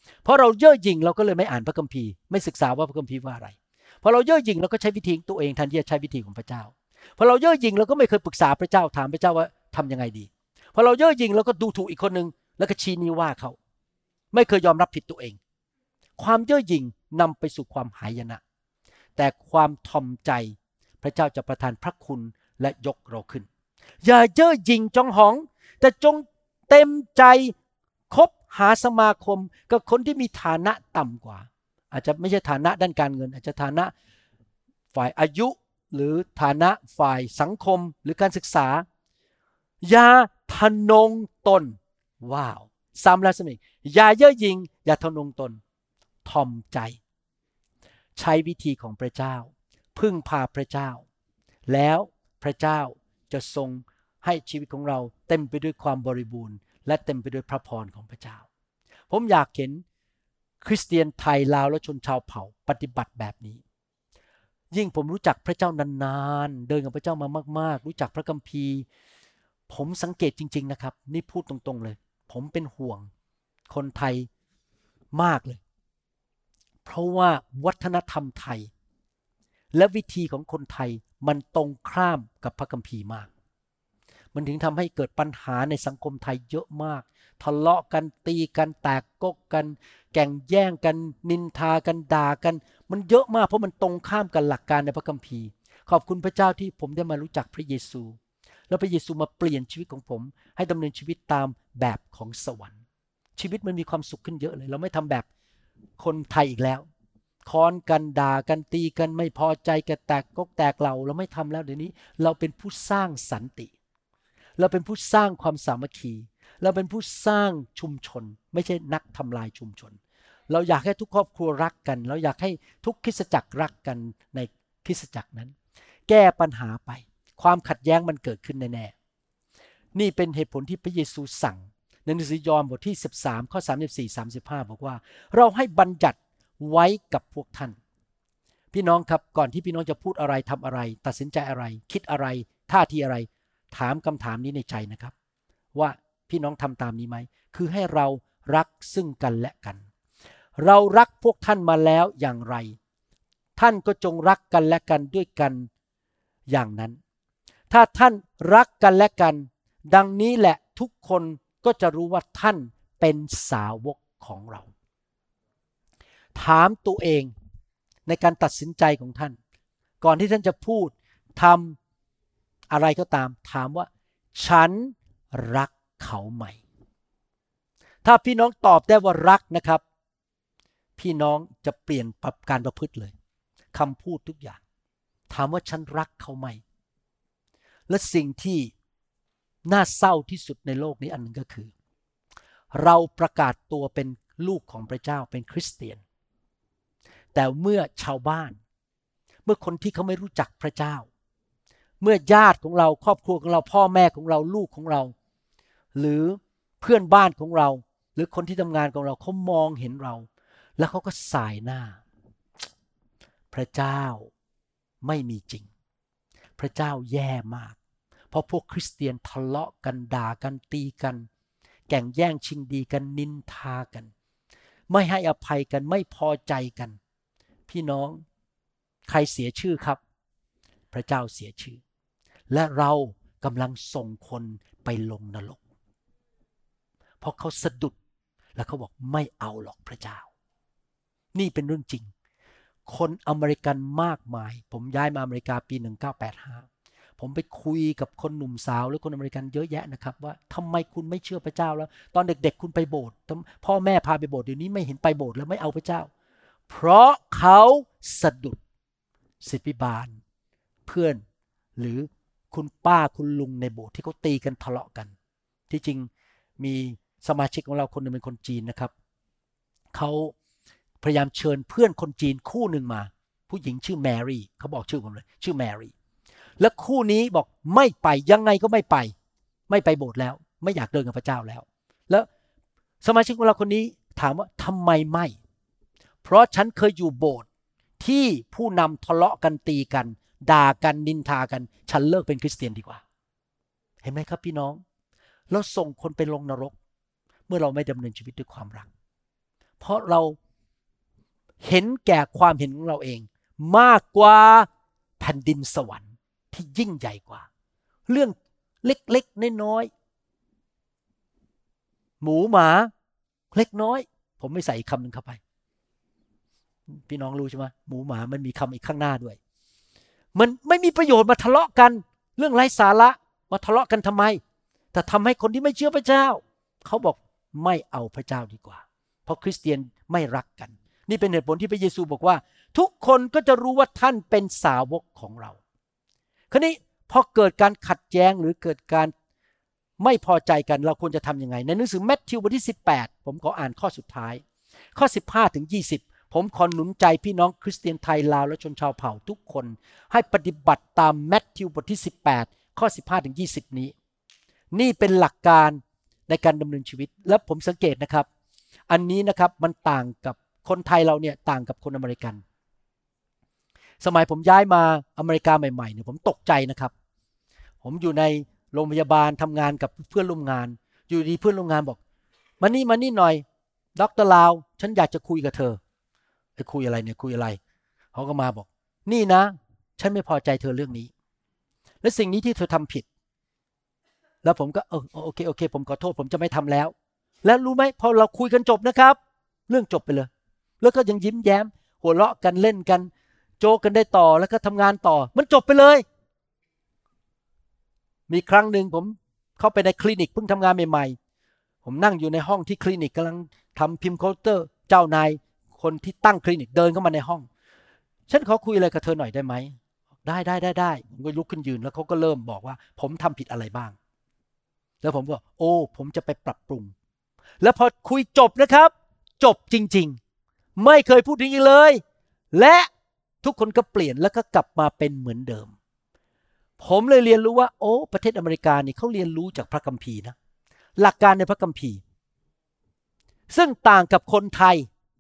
B: เพราะเราเย่อหยิ่งเราก็เลยไม่อ่านพระคัมภีร์ไม่ศึกษาว่าพระคัมภีร์ว่าอะไรพอเราเย่อหยิ่งเราก็ใช้วิธีตัวเองแทนที่จะใช้วิธีของพระเจ้าพอเราเย่อหยิ่งเราก็ไม่เคยปรึกษาพระเจ้าถามพระเจ้าว่าทำยังไงดีพอเราเย่อหยิ่งเราก็ดูถูกอีกคนนึงแล้วก็ชี้นิ้วว่าเขาไม่เคยยอมรับผิดตัวเองความเย่อหยิ่งนำไปสู่ความหายนะแต่ความทอมใจพระเจ้าจะประทานพระคุณและยกเราขึ้นอย่าเย่อหยิ่งจองหองแต่จงเต็มใจคบหาสมาคมกับคนที่มีฐานะต่ำกว่าอาจจะไม่ใช่ฐานะด้านการเงินอาจจะฐานะฝ่ายอายุหรือฐานะฝ่ายสังคมหรือการศึกษาอย่าทะนงตนว้าวซ้ำแล้วซ้ำอีกอย่าเย่อหยิ่งอย่าทะนงตนทอมใจใช้วิธีของพระเจ้าพึ่งพาพระเจ้าแล้วพระเจ้าจะทรงให้ชีวิตของเราเต็มไปด้วยความบริบูรณ์และเต็มไปด้วยพระพรของพระเจ้าผมอยากเห็นคริสเตียนไทยลาวและชนชาวเผ่าปฏิบัติแบบนี้ยิ่งผมรู้จักพระเจ้านานๆเดินกับพระเจ้ามามากๆรู้จักพระคัมภีร์ผมสังเกตจริงๆนะครับนี่พูดตรงๆเลยผมเป็นห่วงคนไทยมากเลยเพราะว่าวัฒนธรรมไทยและวิธีของคนไทยมันตรงข้ามกับพระคัมภีร์มากมันถึงทำให้เกิดปัญหาในสังคมไทยเยอะมากทะเลาะกันตีกันแตกกกกันแก่งแย่งกันนินทากันด่ากันมันเยอะมากเพราะมันตรงข้ามกับหลักการในพระคัมภีร์ขอบคุณพระเจ้าที่ผมได้มารู้จักพระเยซูแล้วพระเยซูมาเปลี่ยนชีวิตของผมให้ดำเนินชีวิตตามแบบของสวรรค์ชีวิตมันมีความสุขขึ้นเยอะเลยเราไม่ทำแบบคนไทยอีกแล้วค้อนกันด่ากันตีกันไม่พอใจกันแตกกกแตกเราไม่ทำแล้วเดี๋ยวนี้เราเป็นผู้สร้างสันติเราเป็นผู้สร้างความสามัคคีเราเป็นผู้สร้างชุมชนไม่ใช่นักทำลายชุมชนเราอยากให้ทุกครอบครัวรักกันเราอยากให้ทุกคริสตจักรรักกันในคริสตจักรนั้นแก้ปัญหาไปความขัดแย้งมันเกิดขึ้นแน่ๆนี่เป็นเหตุผลที่พระเยซูสั่งในหนังสือยอห์นบทที่13ข้อ34-35บอกว่าเราให้บัญญัติไว้กับพวกท่านพี่น้องครับก่อนที่พี่น้องจะพูดอะไรทำอะไรตัดสินใจอะไรคิดอะไรท่าทีอะไรถามคำถามนี้ในใจนะครับว่าพี่น้องทำตามนี้ไหมคือให้เรารักซึ่งกันและกันเรารักพวกท่านมาแล้วอย่างไรท่านก็จงรักกันและกันด้วยกันอย่างนั้นถ้าท่านรักกันและกันดังนี้แหละทุกคนก็จะรู้ว่าท่านเป็นสาวกของเราถามตัวเองในการตัดสินใจของท่านก่อนที่ท่านจะพูดทำอะไรก็ตามถามว่าฉันรักเขาไหมถ้าพี่น้องตอบได้ว่ารักนะครับพี่น้องจะเปลี่ยนการประพฤติเลยคำพูดทุกอย่างถามว่าฉันรักเขาไหมและสิ่งที่น่าเศร้าที่สุดในโลกนี้อันนึงก็คือเราประกาศตัวเป็นลูกของพระเจ้าเป็นคริสเตียนแต่เมื่อชาวบ้านเมื่อคนที่เขาไม่รู้จักพระเจ้าเมื่อญาติของเราครอบครัวของเราพ่อแม่ของเราลูกของเราหรือเพื่อนบ้านของเราหรือคนที่ทำงานของเราเขามองเห็นเราแล้วเขาก็สายหน้าพระเจ้าไม่มีจริงพระเจ้าแย่มากเพราะพวกคริสเตียนทะเลาะกันด่ากันตีกันแก่งแย่งชิงดีกันนินทากันไม่ให้อภัยกันไม่พอใจกันพี่น้องใครเสียชื่อครับพระเจ้าเสียชื่อและเรากำลังส่งคนไปลงนรกเพราะเขาสะดุดแล้วเขาบอกไม่เอาหรอกพระเจ้านี่เป็นเรื่องจริงคนอเมริกันมากมายผมย้ายมาอเมริกาปี1985ผมไปคุยกับคนหนุ่มสาวหรือคนอเมริกันเยอะแยะนะครับว่าทำไมคุณไม่เชื่อพระเจ้าแล้วตอนเด็กๆคุณไปโบสถ์พ่อแม่พาไปโบสถ์เดี๋ยวนี้ไม่เห็นไปโบสถ์แล้วไม่เอาพระเจ้าเพราะเขาสะดุดศิษย์พิบาลเพื่อนหรือคุณป้าคุณลุงในโบสถ์ที่เขาตีกันทะเลาะกันที่จริงมีสมาชิกของเราคนนึงเป็นคนจีนนะครับเขาพยายามเชิญเพื่อนคนจีนคู่หนึ่งมาผู้หญิงชื่อแมรี่เขาบอกชื่อผมเลยชื่อแมรี่และคู่นี้บอกไม่ไปยังไงก็ไม่ไปโบสถ์แล้วไม่อยากเดินกับพระเจ้าแล้วแล้วสมาชิกของเราคนนี้ถามว่าทำไมไม่เพราะฉันเคยอยู่โบสถ์ที่ผู้นำทะเลาะกันตีกันด่ากันนินทากันฉันเลิกเป็นคริสเตียนดีกว่าเห็นไหมครับพี่น้องเราส่งคนไปลงนรกเมื่อเราไม่ดำเนินชีวิตด้วยความรักเพราะเราเห็นแก่ความเห็นของเราเองมากกว่าแผ่นดินสวรรค์ที่ยิ่งใหญ่กว่าเรื่องเล็กๆน้อยๆหมูหมาเล็กน้อยผมไม่ใส่อีกคำหนึ่งเข้าไปพี่น้องรู้ใช่ไหมหมูหมามันมีคำอีกข้างหน้าด้วยมันไม่มีประโยชน์มาทะเลาะกันเรื่องไร้สาระมาทะเลาะกันทำไมแต่ทำให้คนที่ไม่เชื่อพระเจ้าเขาบอกไม่เอาพระเจ้าดีกว่าเพราะคริสเตียนไม่รักกันนี่เป็นเหตุผลที่พระเยซูบอกว่าทุกคนก็จะรู้ว่าท่านเป็นสาวกของเราคราวนี้พอเกิดการขัดแย้งหรือเกิดการไม่พอใจกันเราควรจะทำยังไงในหนังสือมัทธิวบทที่18ผมขออ่านข้อสุดท้ายข้อ15ถึง20ผมขอหนุนใจพี่น้องคริสเตียนไทยลาวและชนชาวเผ่าทุกคนให้ปฏิบัติตามมัทธิวบทที่18ข้อ15ถึง20นี้นี่เป็นหลักการในการดำเนินชีวิตและผมสังเกตนะครับอันนี้นะครับมันต่างกับคนไทยเราเนี่ยต่างกับคนอเมริกันสมัยผมย้ายมาอเมริกาใหม่ๆเนี่ยผมตกใจนะครับผมอยู่ในโรงพยาบาลทำงานกับเพื่อนร่วมงานอยู่ดีเพื่อนร่วมงานบอกมานี่หน่อยดร.ลาวฉันอยากจะคุยกับเธอคุยอะไรเนี่ยคุยอะไรเขาก็มาบอกนี่นะฉันไม่พอใจเธอเรื่องนี้และสิ่งนี้ที่เธอทำผิดแล้วผมก็โอเคผมขอโทษผมจะไม่ทำแล้วแล้วรู้ไหมพอเราคุยกันจบนะครับเรื่องจบไปเลยแล้วก็ยังยิ้มแย้มหัวเราะกันเล่นกันโจกกันได้ต่อแล้วก็ทำงานต่อมันจบไปเลยมีครั้งหนึ่งผมเข้าไปในคลินิกเพิ่งทำงานใหม่ๆผมนั่งอยู่ในห้องที่คลินิกกำลังทำพิมพ์เคาน์เตอร์เจ้านายคนที่ตั้งคลินิกเดินเข้ามาในห้องฉันขอคุยอะไรกับเธอหน่อยได้ไหมได้ผมก็ลุกขึ้นยืนแล้วเขาก็เริ่มบอกว่าผมทำผิดอะไรบ้างแล้วผมก็ผมจะไปปรับปรุงแล้วพอคุยจบนะครับจบจริงๆไม่เคยพูดถึงอีกเลยและทุกคนก็เปลี่ยนแล้วก็กลับมาเป็นเหมือนเดิมผมเลยเรียนรู้ว่าประเทศอเมริกานี่เขาเรียนรู้จากพระคัมภีร์นะหลักการในพระคัมภีร์ซึ่งต่างกับคนไทย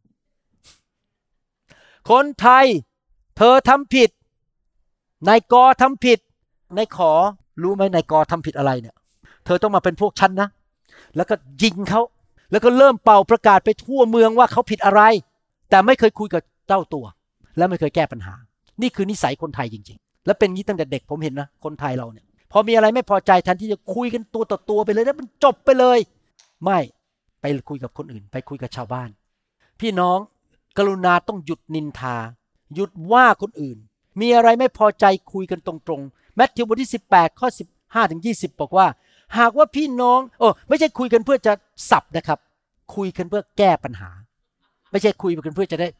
B: เธอทำผิดนายกทำผิดนายขอรู้ไหมนายกทำผิดอะไรเนี่ยเธอต้องมาเป็นพวกฉันนะแล้วก็ยิงเขาแล้วก็เริ่มเป่าประกาศไปทั่วเมืองว่าเขาผิดอะไรแต่ไม่เคยคุยกับเจ้าตัวและไม่เคยแก้ปัญหานี่คือนิสัยคนไทยจริงๆและเป็นงี้ตั้งแต่เด็กผมเห็นนะคนไทยเราเนี่ยพอมีอะไรไม่พอใจแทนที่จะคุยกันตัวต่อตัวไปเลยแล้วมันจบไปเลยไม่ไปคุยกับคนอื่นไปคุยกับชาวบ้านพี่น้องกรุณาต้องหยุดนินทาหยุดว่าคนอื่นมีอะไรไม่พอใจคุยกันตรงๆมัทธิวบทที่18ข้อ15ถึง20บอกว่าหากว่าพี่น้องไม่ใช่คุยกันเพื่อจะสับนะครับคุยกันเพื่อแก้ปัญหาไม่ใช่คุยกันเพื่อจะได้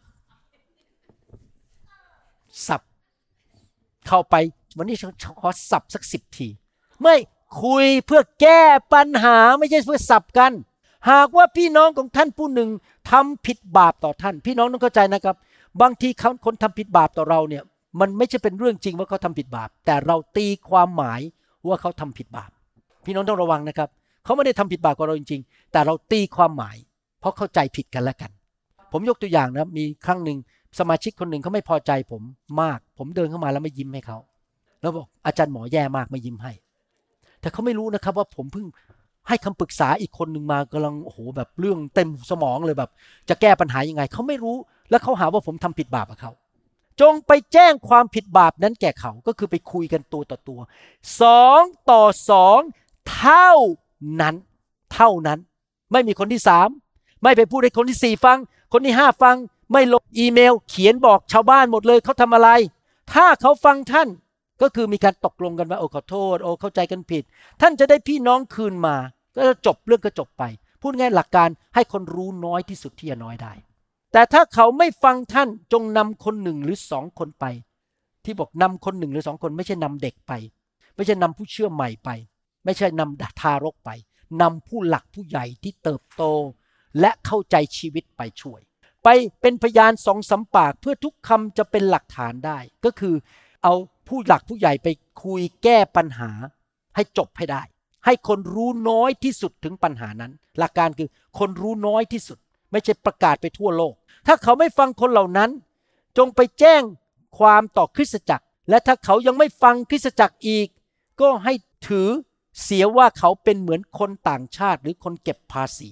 B: สับเข้าไปวันนี้ขอสับสัก10ทีไม่คุยเพื่อแก้ปัญหาไม่ใช่เพื่อสับกันหากว่าพี่น้องของท่านผู้หนึ่งทำผิดบาปต่อท่านพี่น้องต้องเข้าใจนะครับบางทีคนทำผิดบาปต่อเราเนี่ยมันไม่ใช่เป็นเรื่องจริงว่าเขาทำผิดบาปแต่เราตีความหมายว่าเขาทำผิดบาปพี่น้องต้องระวังนะครับเขาไม่ได้ทำผิดบาปกับเราจริงๆแต่เราตีความหมายเพราะเข้าใจผิดกันแล้วกันผมยกตัวอย่างนะมีครั้งหนึ่งสมาชิกคนหนึ่งเขาไม่พอใจผมมากผมเดินเข้ามาแล้วไม่ยิ้มให้เขาแล้วบอกอาจารย์หมอแย่มากไม่ยิ้มให้แต่เขาไม่รู้นะครับว่าผมเพิ่งให้คำปรึกษาอีกคนหนึ่งมากำลังแบบเรื่องเต็มสมองเลยแบบจะแก้ปัญหายังไงเขาไม่รู้แล้วเขาหาว่าผมทำผิดบาปกับเขาจงไปแจ้งความผิดบาปนั้นแก่เขาก็คือไปคุยกันตัวต่อตัว2 ต่อ 2เท่านั้นไม่มีคนที่3ไม่ไปพูดให้คนที่4ฟังคนที่5ฟังไม่ลงอีเมลเขียนบอกชาวบ้านหมดเลยเขาทำอะไรถ้าเขาฟังท่านก็คือมีการตกลงกันว่าขอโทษเข้าใจกันผิดท่านจะได้พี่น้องคืนมาก็จะจบเรื่องก็จบไปพูดง่ายหลักการให้คนรู้น้อยที่สุดที่จะน้อยได้แต่ถ้าเขาไม่ฟังท่านจงนำคน1หรือ2คนไปที่บอกนำคน1หรือ2คนไม่ใช่นำเด็กไปไม่ใช่นำผู้เชื่อใหม่ไปไม่ใช่นำทารกไปนำผู้หลักผู้ใหญ่ที่เติบโตและเข้าใจชีวิตไปช่วยไปเป็นพยาน2-3 ปากเพื่อทุกคำจะเป็นหลักฐานได้ก็คือเอาผู้หลักผู้ใหญ่ไปคุยแก้ปัญหาให้จบให้ได้ให้คนรู้น้อยที่สุดถึงปัญหานั้นหลักการคือคนรู้น้อยที่สุดไม่ใช่ประกาศไปทั่วโลกถ้าเขาไม่ฟังคนเหล่านั้นจงไปแจ้งความต่อคริสตจักรและถ้าเขายังไม่ฟังคริสตจักรอีกก็ให้ถือเสียว่าเขาเป็นเหมือนคนต่างชาติหรือคนเก็บภาษี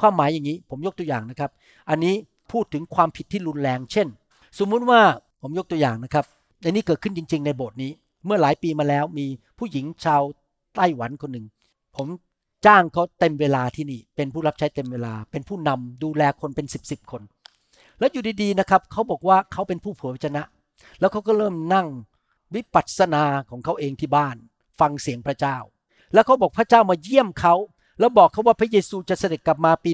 B: ความหมายอย่างนี้ผมยกตัวอย่างนะครับอันนี้พูดถึงความผิดที่รุนแรงเช่นสมมุติว่าผมยกตัวอย่างนะครับในนี้เกิดขึ้นจริงๆในโบสถ์นี้เมื่อหลายปีมาแล้วมีผู้หญิงชาวไต้หวันคนหนึ่งผมจ้างเขาเต็มเวลาที่นี่เป็นผู้รับใช้เต็มเวลาเป็นผู้นำดูแลคนเป็น10คนแล้วอยู่ดีๆนะครับเขาบอกว่าเขาเป็นผู้เผยพระวจนะแล้วเขาก็เริ่มนั่งวิปัสสนาของเขาเองที่บ้านฟังเสียงพระเจ้าแล้วเขาบอกพระเจ้ามาเยี่ยมเขาแล้วบอกเขาว่าพระเยซูจะเสด็จกลับมาปี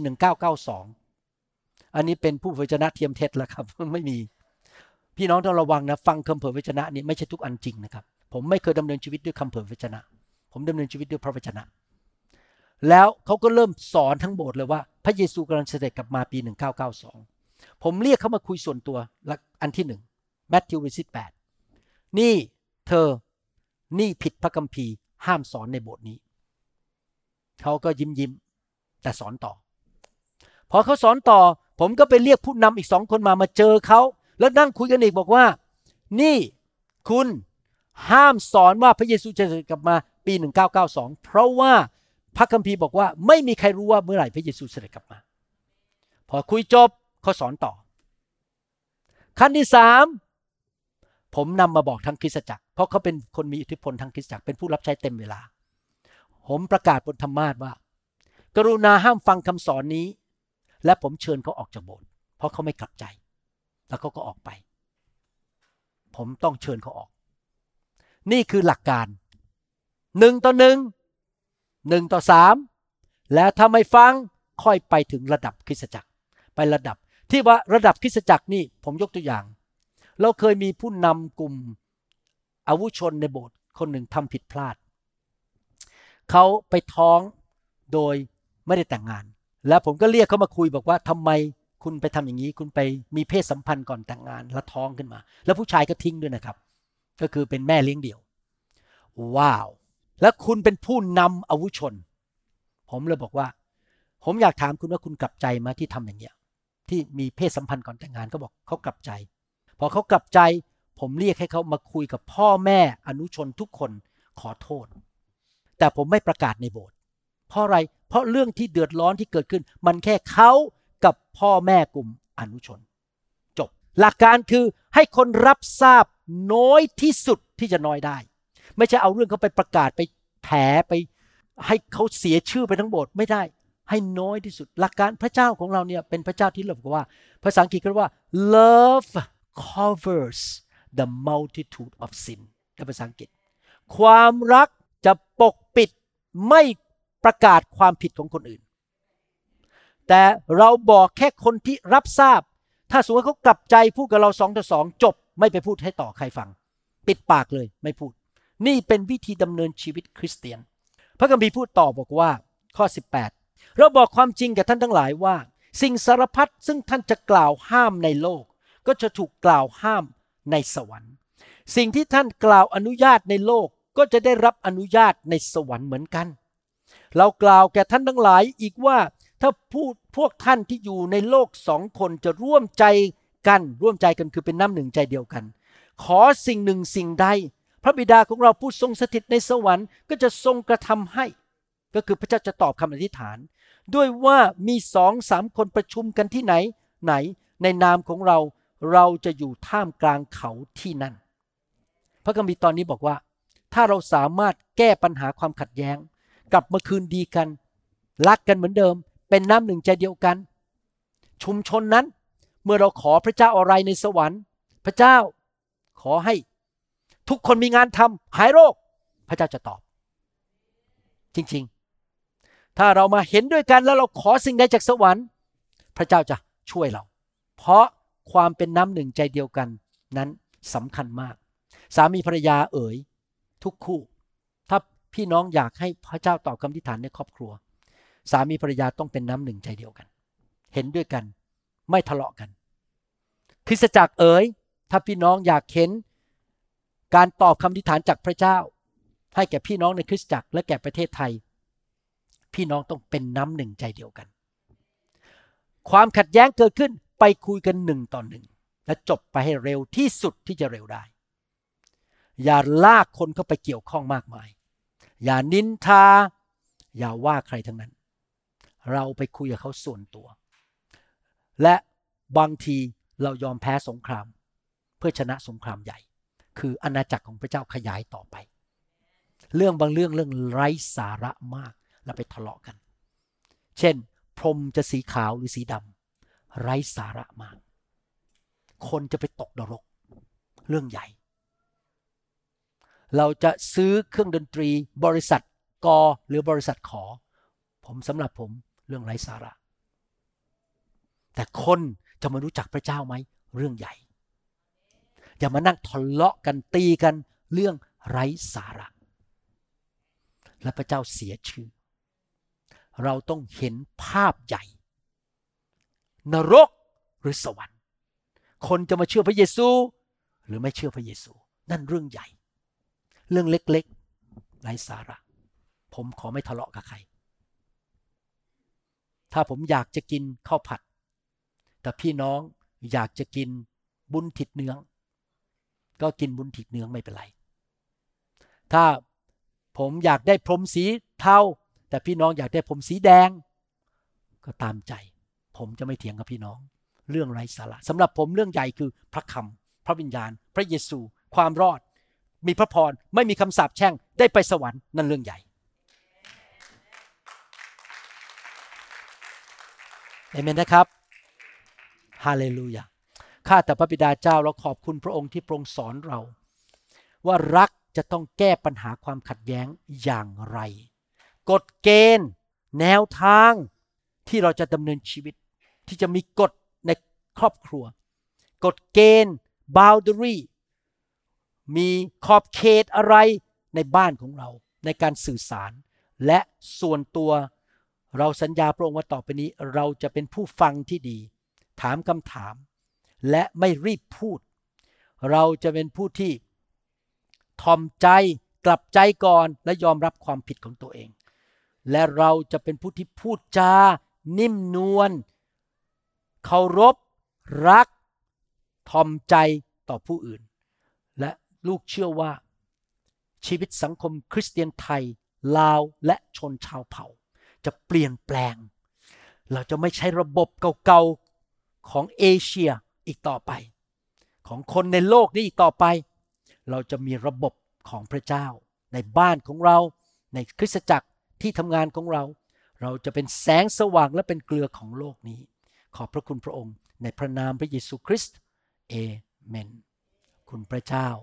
B: 1992อันนี้เป็นผู้เผยพระวจนะเทียมเท็จแล้วครับ ไม่มีพี่น้องต้องระวังนะฟังคำเผยพระวจนะนี่ไม่ใช่ทุกอันจริงนะครับผมไม่เคยดำเนินชีวิตด้วยคำเผยพระวจนะผมดำเนินชีวิตด้วยพระวจนะแล้วเขาก็เริ่มสอนทั้งโบสถ์เลยว่าพระเยซูกำลังเสด็จกลับมาปี1992ผมเรียกเขามาคุยส่วนตัวอันที่1มัทธิว18นี่เธอนี่ผิดพระคัมภีร์ห้ามสอนในโบสถ์นี้เขาก็ยิ้มแต่สอนต่อพอเขาสอนต่อผมก็ไปเรียกผู้นำอีก2คนมาเจอเขาแล้วนั่งคุยกันอีกบอกว่านี่คุณห้ามสอนว่าพระเยซูจะเสด็จกลับมาปี1992เพราะว่าพระคัมภีร์บอกว่าไม่มีใครรู้ว่าเมื่อไหร่พระเยซูเสด็จกลับมาพอคุยจบเขาสอนต่อขั้นที่3ผมนำมาบอกทั้งคริสตจักรเพราะเขาเป็นคนมีอิทธิพลทางคริสตจักรเป็นผู้รับใช้เต็มเวลาผมประกาศบนธรรมาสน์ว่ากรุณาห้ามฟังคำสอนนี้และผมเชิญเขาออกจากโบสถ์เพราะเขาไม่กลับใจแล้วเขาก็ออกไปผมต้องเชิญเขาออกนี่คือหลักการ1 ต่อ 1 1 ต่อ 3แล้วถ้าไม่ฟังค่อยไปถึงระดับคริสตจักรไประดับที่ว่าระดับคริสตจักรนี่ผมยกตัวอย่างเราเคยมีผู้นำกลุ่มอาวุชนในโบสถ์คนหนึ่งทำผิดพลาดเขาไปท้องโดยไม่ได้แต่งงานแล้วผมก็เรียกเขามาคุยบอกว่าทำไมคุณไปทำอย่างนี้คุณไปมีเพศสัมพันธ์ก่อนแต่งงานแล้วท้องขึ้นมาแล้วผู้ชายก็ทิ้งด้วยนะครับก็คือเป็นแม่เลี้ยงเดี่ยวว้าวแล้วคุณเป็นผู้นำอาวุชนผมเลยบอกว่าผมอยากถามคุณว่าคุณกลับใจไหมที่ทำอย่างเงี้ยที่มีเพศสัมพันธ์ก่อนแต่งงานก็บอกเขากลับใจพอเขากลับใจผมเรียกให้เขามาคุยกับพ่อแม่อนุชนทุกคนขอโทษแต่ผมไม่ประกาศในโบสถ์เพราะอะไรเพราะเรื่องที่เดือดร้อนที่เกิดขึ้นมันแค่เขากับพ่อแม่กลุ่มอนุชนจบหลักการคือให้คนรับทราบน้อยที่สุดที่จะน้อยได้ไม่ใช่เอาเรื่องเขาไปประกาศไปแผลไปให้เขาเสียชื่อไปทั้งโบสถ์ไม่ได้ให้น้อยที่สุดหลักการพระเจ้าของเราเนี่ยเป็นพระเจ้าที่เราบอกว่าภาษาอังกฤษเรียกว่า love covers the multitude of sin ในภาษาอังกฤษความรักจะปกปิดไม่ประกาศความผิดของคนอื่นแต่เราบอกแค่คนที่รับทราบถ้าสมมติเขากลับใจพูดกับเรา2 ต่อ 2จบไม่ไปพูดให้ต่อใครฟังปิดปากเลยไม่พูดนี่เป็นวิธีดำเนินชีวิตคริสเตียนพระคัมภีร์พูดต่อบอกว่าข้อ18เราบอกความจริงแก่ท่านทั้งหลายว่าสิ่งสารพัดซึ่งท่านจะกล่าวห้ามในโลกก็จะถูกกล่าวห้ามในสวรรค์สิ่งที่ท่านกล่าวอนุญาตในโลกก็จะได้รับอนุญาตในสวรรค์เหมือนกันเรากล่าวแก่ท่านทั้งหลายอีกว่าถ้าพวกท่านที่อยู่ในโลก2 คนจะร่วมใจกันคือเป็นน้ำหนึ่งใจเดียวกันขอสิ่งหนึ่งสิ่งใดพระบิดาของเราผู้ทรงสถิตในสวรรค์ก็จะทรงกระทำให้ก็คือพระเจ้าจะตอบคำอธิษฐานด้วยว่ามี2-3 คนประชุมกันที่ไหนในนามของเราจะอยู่ท่ามกลางเขาที่นั่นพระคัมภีร์ตอนนี้บอกว่าถ้าเราสามารถแก้ปัญหาความขัดแย้งกลับมาคืนดีกันรักกันเหมือนเดิมเป็นน้ำหนึ่งใจเดียวกันชุมชนนั้นเมื่อเราขอพระเจ้าอะไรในสวรรค์พระเจ้าขอให้ทุกคนมีงานทำหายโรคพระเจ้าจะตอบจริงๆถ้าเรามาเห็นด้วยกันแล้วเราขอสิ่งใดจากสวรรค์พระเจ้าจะช่วยเราเพราะความเป็นน้ำหนึ่งใจเดียวกันนั้นสำคัญมากสามีภรรยาทุกคู่ถ้าพี่น้องอยากให้พระเจ้าตอบคำอธิษฐานในครอบครัวสามีภรรยาต้องเป็นน้ำหนึ่งใจเดียวกันเห็นด้วยกันไม่ทะเลาะกันคริสตจักรถ้าพี่น้องอยากเห็นการตอบคำอธิษฐานจากพระเจ้าให้แก่พี่น้องในคริสตจักรและแก่ประเทศไทยพี่น้องต้องเป็นน้ำหนึ่งใจเดียวกันความขัดแย้งเกิดขึ้นไปคุยกัน1 ต่อ 1และจบไปให้เร็วที่สุดที่จะเร็วได้อย่าลากคนเข้าไปเกี่ยวข้องมากมายอย่านินทาอย่าว่าใครทั้งนั้นเราไปคุยกับเขาส่วนตัวและบางทีเรายอมแพ้สงครามเพื่อชนะสงครามใหญ่คืออาณาจักรของพระเจ้าขยายต่อไปเรื่องบางเรื่องไร้สาระมากแล้วไปทะเลาะกันเช่นพรหมจะสีขาวหรือสีดำไร้สาระมากคนจะไปตกนรกเรื่องใหญ่เราจะซื้อเครื่องดนตรีบริษัทกหรือบริษัทขอสำหรับผมเรื่องไร้สาระแต่คนจะมารู้จักพระเจ้าไหมเรื่องใหญ่อย่ามานั่งทะเลาะกันตีกันเรื่องไร้สาระและพระเจ้าเสียชื่อเราต้องเห็นภาพใหญ่นรกหรือสวรรค์คนจะมาเชื่อพระเยซูหรือไม่เชื่อพระเยซูนั่นเรื่องใหญ่เรื่องเล็กๆไร้สาระผมขอไม่ทะเลาะกับใครถ้าผมอยากจะกินข้าวผัดแต่พี่น้องอยากจะกินบุญถิดเนื้อก็กินบุญถิดเนื้อไม่เป็นไรถ้าผมอยากได้พรมสีเทาแต่พี่น้องอยากได้พรมสีแดงก็ตามใจผมจะไม่เถียงกับพี่น้องเรื่องไร้สาระสำหรับผมเรื่องใหญ่คือพระคำพระวิญญาณพระเยซูความรอดมีพระพรไม่มีคำสาปแช่งได้ไปสวรรค์นั่นเรื่องใหญ่เอเมนนะครับฮาเลลูยาข้าแต่พระบิดาเจ้าเราขอบคุณพระองค์ที่ทรงสอนเราว่ารักจะต้องแก้ปัญหาความขัดแย้งอย่างไรกฎเกณฑ์แนวทางที่เราจะดำเนินชีวิตที่จะมีกฎในครอบครัวกฎเกณฑ์ boundary มีขอบเขตอะไรในบ้านของเราในการสื่อสารและส่วนตัวเราสัญญาพระองค์ว่าต่อไปนี้เราจะเป็นผู้ฟังที่ดีถามคำถามและไม่รีบพูดเราจะเป็นผู้ที่ถ่อมใจกลับใจก่อนและยอมรับความผิดของตัวเองและเราจะเป็นผู้ที่พูดจานิ่มนวลเคารพรักถ่อมใจต่อผู้อื่นและลูกเชื่อว่าชีวิตสังคมคริสเตียนไทยลาวและชนชาวเผ่าจะเปลี่ยนแปลงเราจะไม่ใช้ระบบเก่าๆของเอเชียอีกต่อไปของคนในโลกนี้อีกต่อไปเราจะมีระบบของพระเจ้าในบ้านของเราในคริสตจักรที่ทำงานของเราเราจะเป็นแสงสว่างและเป็นเกลือของโลกนี้ขอบพระคุณพระองค์ในพระนามพระเยซูคริสต์เอเมนคุณพระเจ้า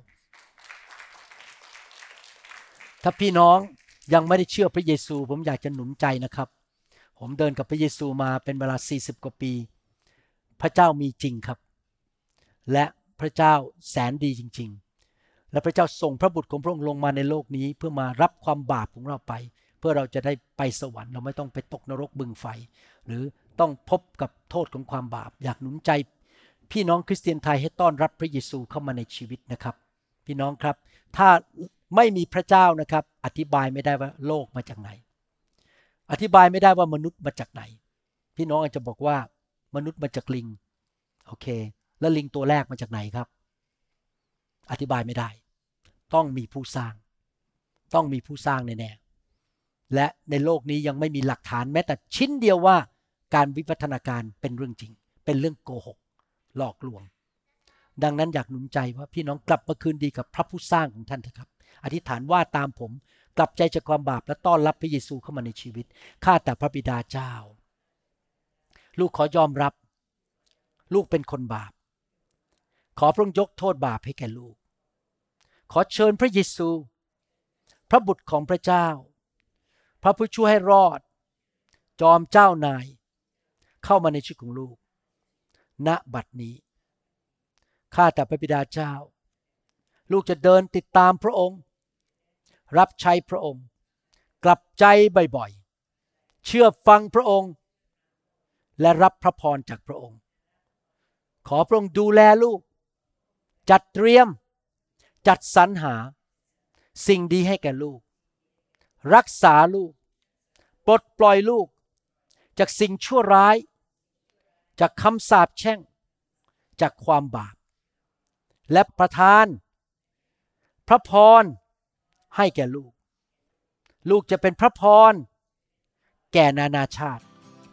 B: ถ้าพี่น้องยังไม่ได้เชื่อพระเยซูผมอยากจะหนุนใจนะครับผมเดินกับพระเยซูมาเป็นเวลา40กว่าปีพระเจ้ามีจริงครับและพระเจ้าแสนดีจริงๆและพระเจ้าส่งพระบุตรของพระองค์ลงมาในโลกนี้เพื่อมารับความบาปของเราไปเพื่อเราจะได้ไปสวรรค์เราไม่ต้องไปตกนรกบึงไฟหรือต้องพบกับโทษของความบาปอยากหนุนใจพี่น้องคริสเตียนไทยให้ต้อนรับพระเยซูเข้ามาในชีวิตนะครับพี่น้องครับถ้าไม่มีพระเจ้านะครับอธิบายไม่ได้ว่าโลกมาจากไหนอธิบายไม่ได้ว่ามนุษย์มาจากไหนพี่น้องอาจจะบอกว่ามนุษย์มาจากลิงโอเคแล้วลิงตัวแรกมาจากไหนครับอธิบายไม่ได้ต้องมีผู้สร้างต้องมีผู้สร้างแน่ๆและในโลกนี้ยังไม่มีหลักฐานแม้แต่ชิ้นเดียวว่าการวิวัฒนาการเป็นเรื่องจริงเป็นเรื่องโกหกหลอกลวงดังนั้นอยากหนุนใจว่าพี่น้องกลับมาคืนดีกับพระผู้สร้างของท่านเถอะครับอธิษฐานว่าตามผมกลับใจจากความบาปและต้อนรับพระเยซูเข้ามาในชีวิตข้าแต่พระบิดาเจ้าลูกขอยอมรับลูกเป็นคนบาปขอพระองค์ยกโทษบาปให้แก่ลูกขอเชิญพระเยซูพระบุตรของพระเจ้าพระผู้ช่วยให้รอดจอมเจ้านายเข้ามาในชีวิตของลูกณบัดนี้ข้าแต่พระบิดาเจ้าลูกจะเดินติดตามพระองค์รับใช้พระองค์กลับใจบ่อยๆเชื่อฟังพระองค์และรับพระพรจากพระองค์ขอพระองค์ดูแลลูกจัดเตรียมจัดสรรหาสิ่งดีให้แก่ลูกรักษาลูกปลดปล่อยลูกจากสิ่งชั่วร้ายจากคำสาปแช่งจากความบาปและประทานพระพรให้แก่ลูกลูกจะเป็นพระพรแก่นานาชาติ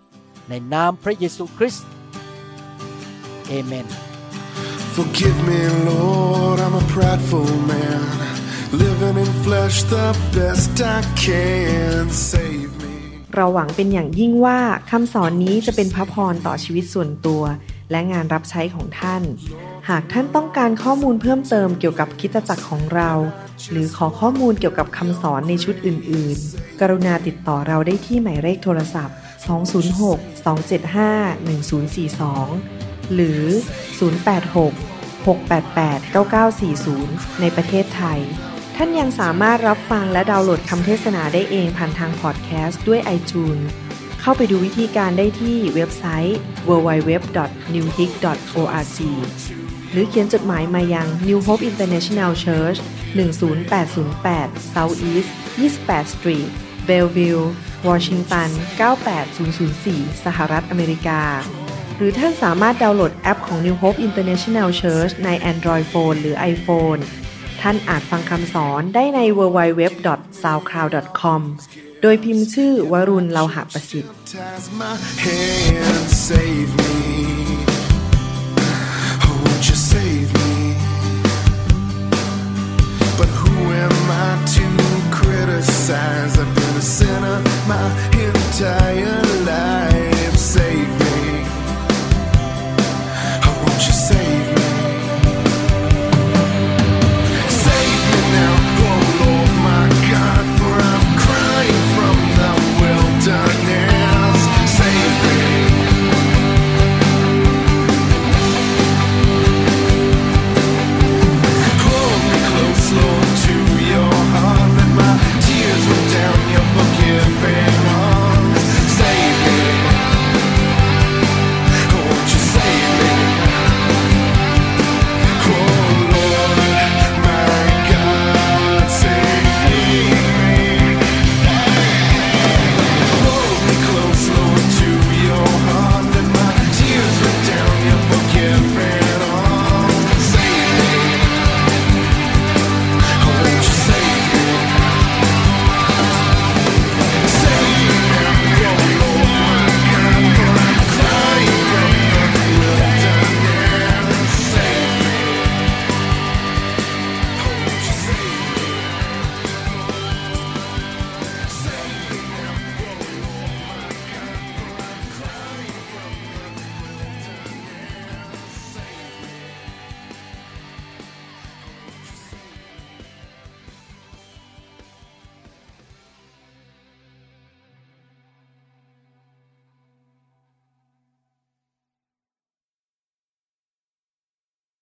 B: ในนามพระเยซูคริสต์เอเมน
C: Forgive me, Lord, I'm a prideful man, living in flesh the best I can. Save me.
A: เราหวังเป็นอย่างยิ่งว่าคำสอนนี้จะเป็นพระพรต่อชีวิตส่วนตัวและงานรับใช้ของท่านหากท่านต้องการข้อมูลเพิ่มเติมเกี่ยวกับคริสตจักรของเราหรือขอข้อมูลเกี่ยวกับคำสอนในชุดอื่นๆกรุณาติดต่อเราได้ที่หมายเลขโทรศัพท์206-275-1042หรือ086-688-9940ในประเทศไทยท่านยังสามารถรับฟังและดาวน์โหลดคำเทศนาได้เองผ่านทางพอดแคสต์ด้วย iTunes เข้าไปดูวิธีการได้ที่เว็บไซต์ www.newhope.org หรือเขียนจดหมายมายัง New Hope International Church 10808 South East 28 Street Bellevue Washington 98004 สหรัฐอเมริกาหรือท่านสามารถดาวน์โหลดแอปของ New Hope International Church ใน Android Phone หรือ iPhone ท่านอาจฟังคำสอนได้ใน www.soundcloud.com โดยพิมพ์ชื่อวรุณ เลาหะประสิทธิ์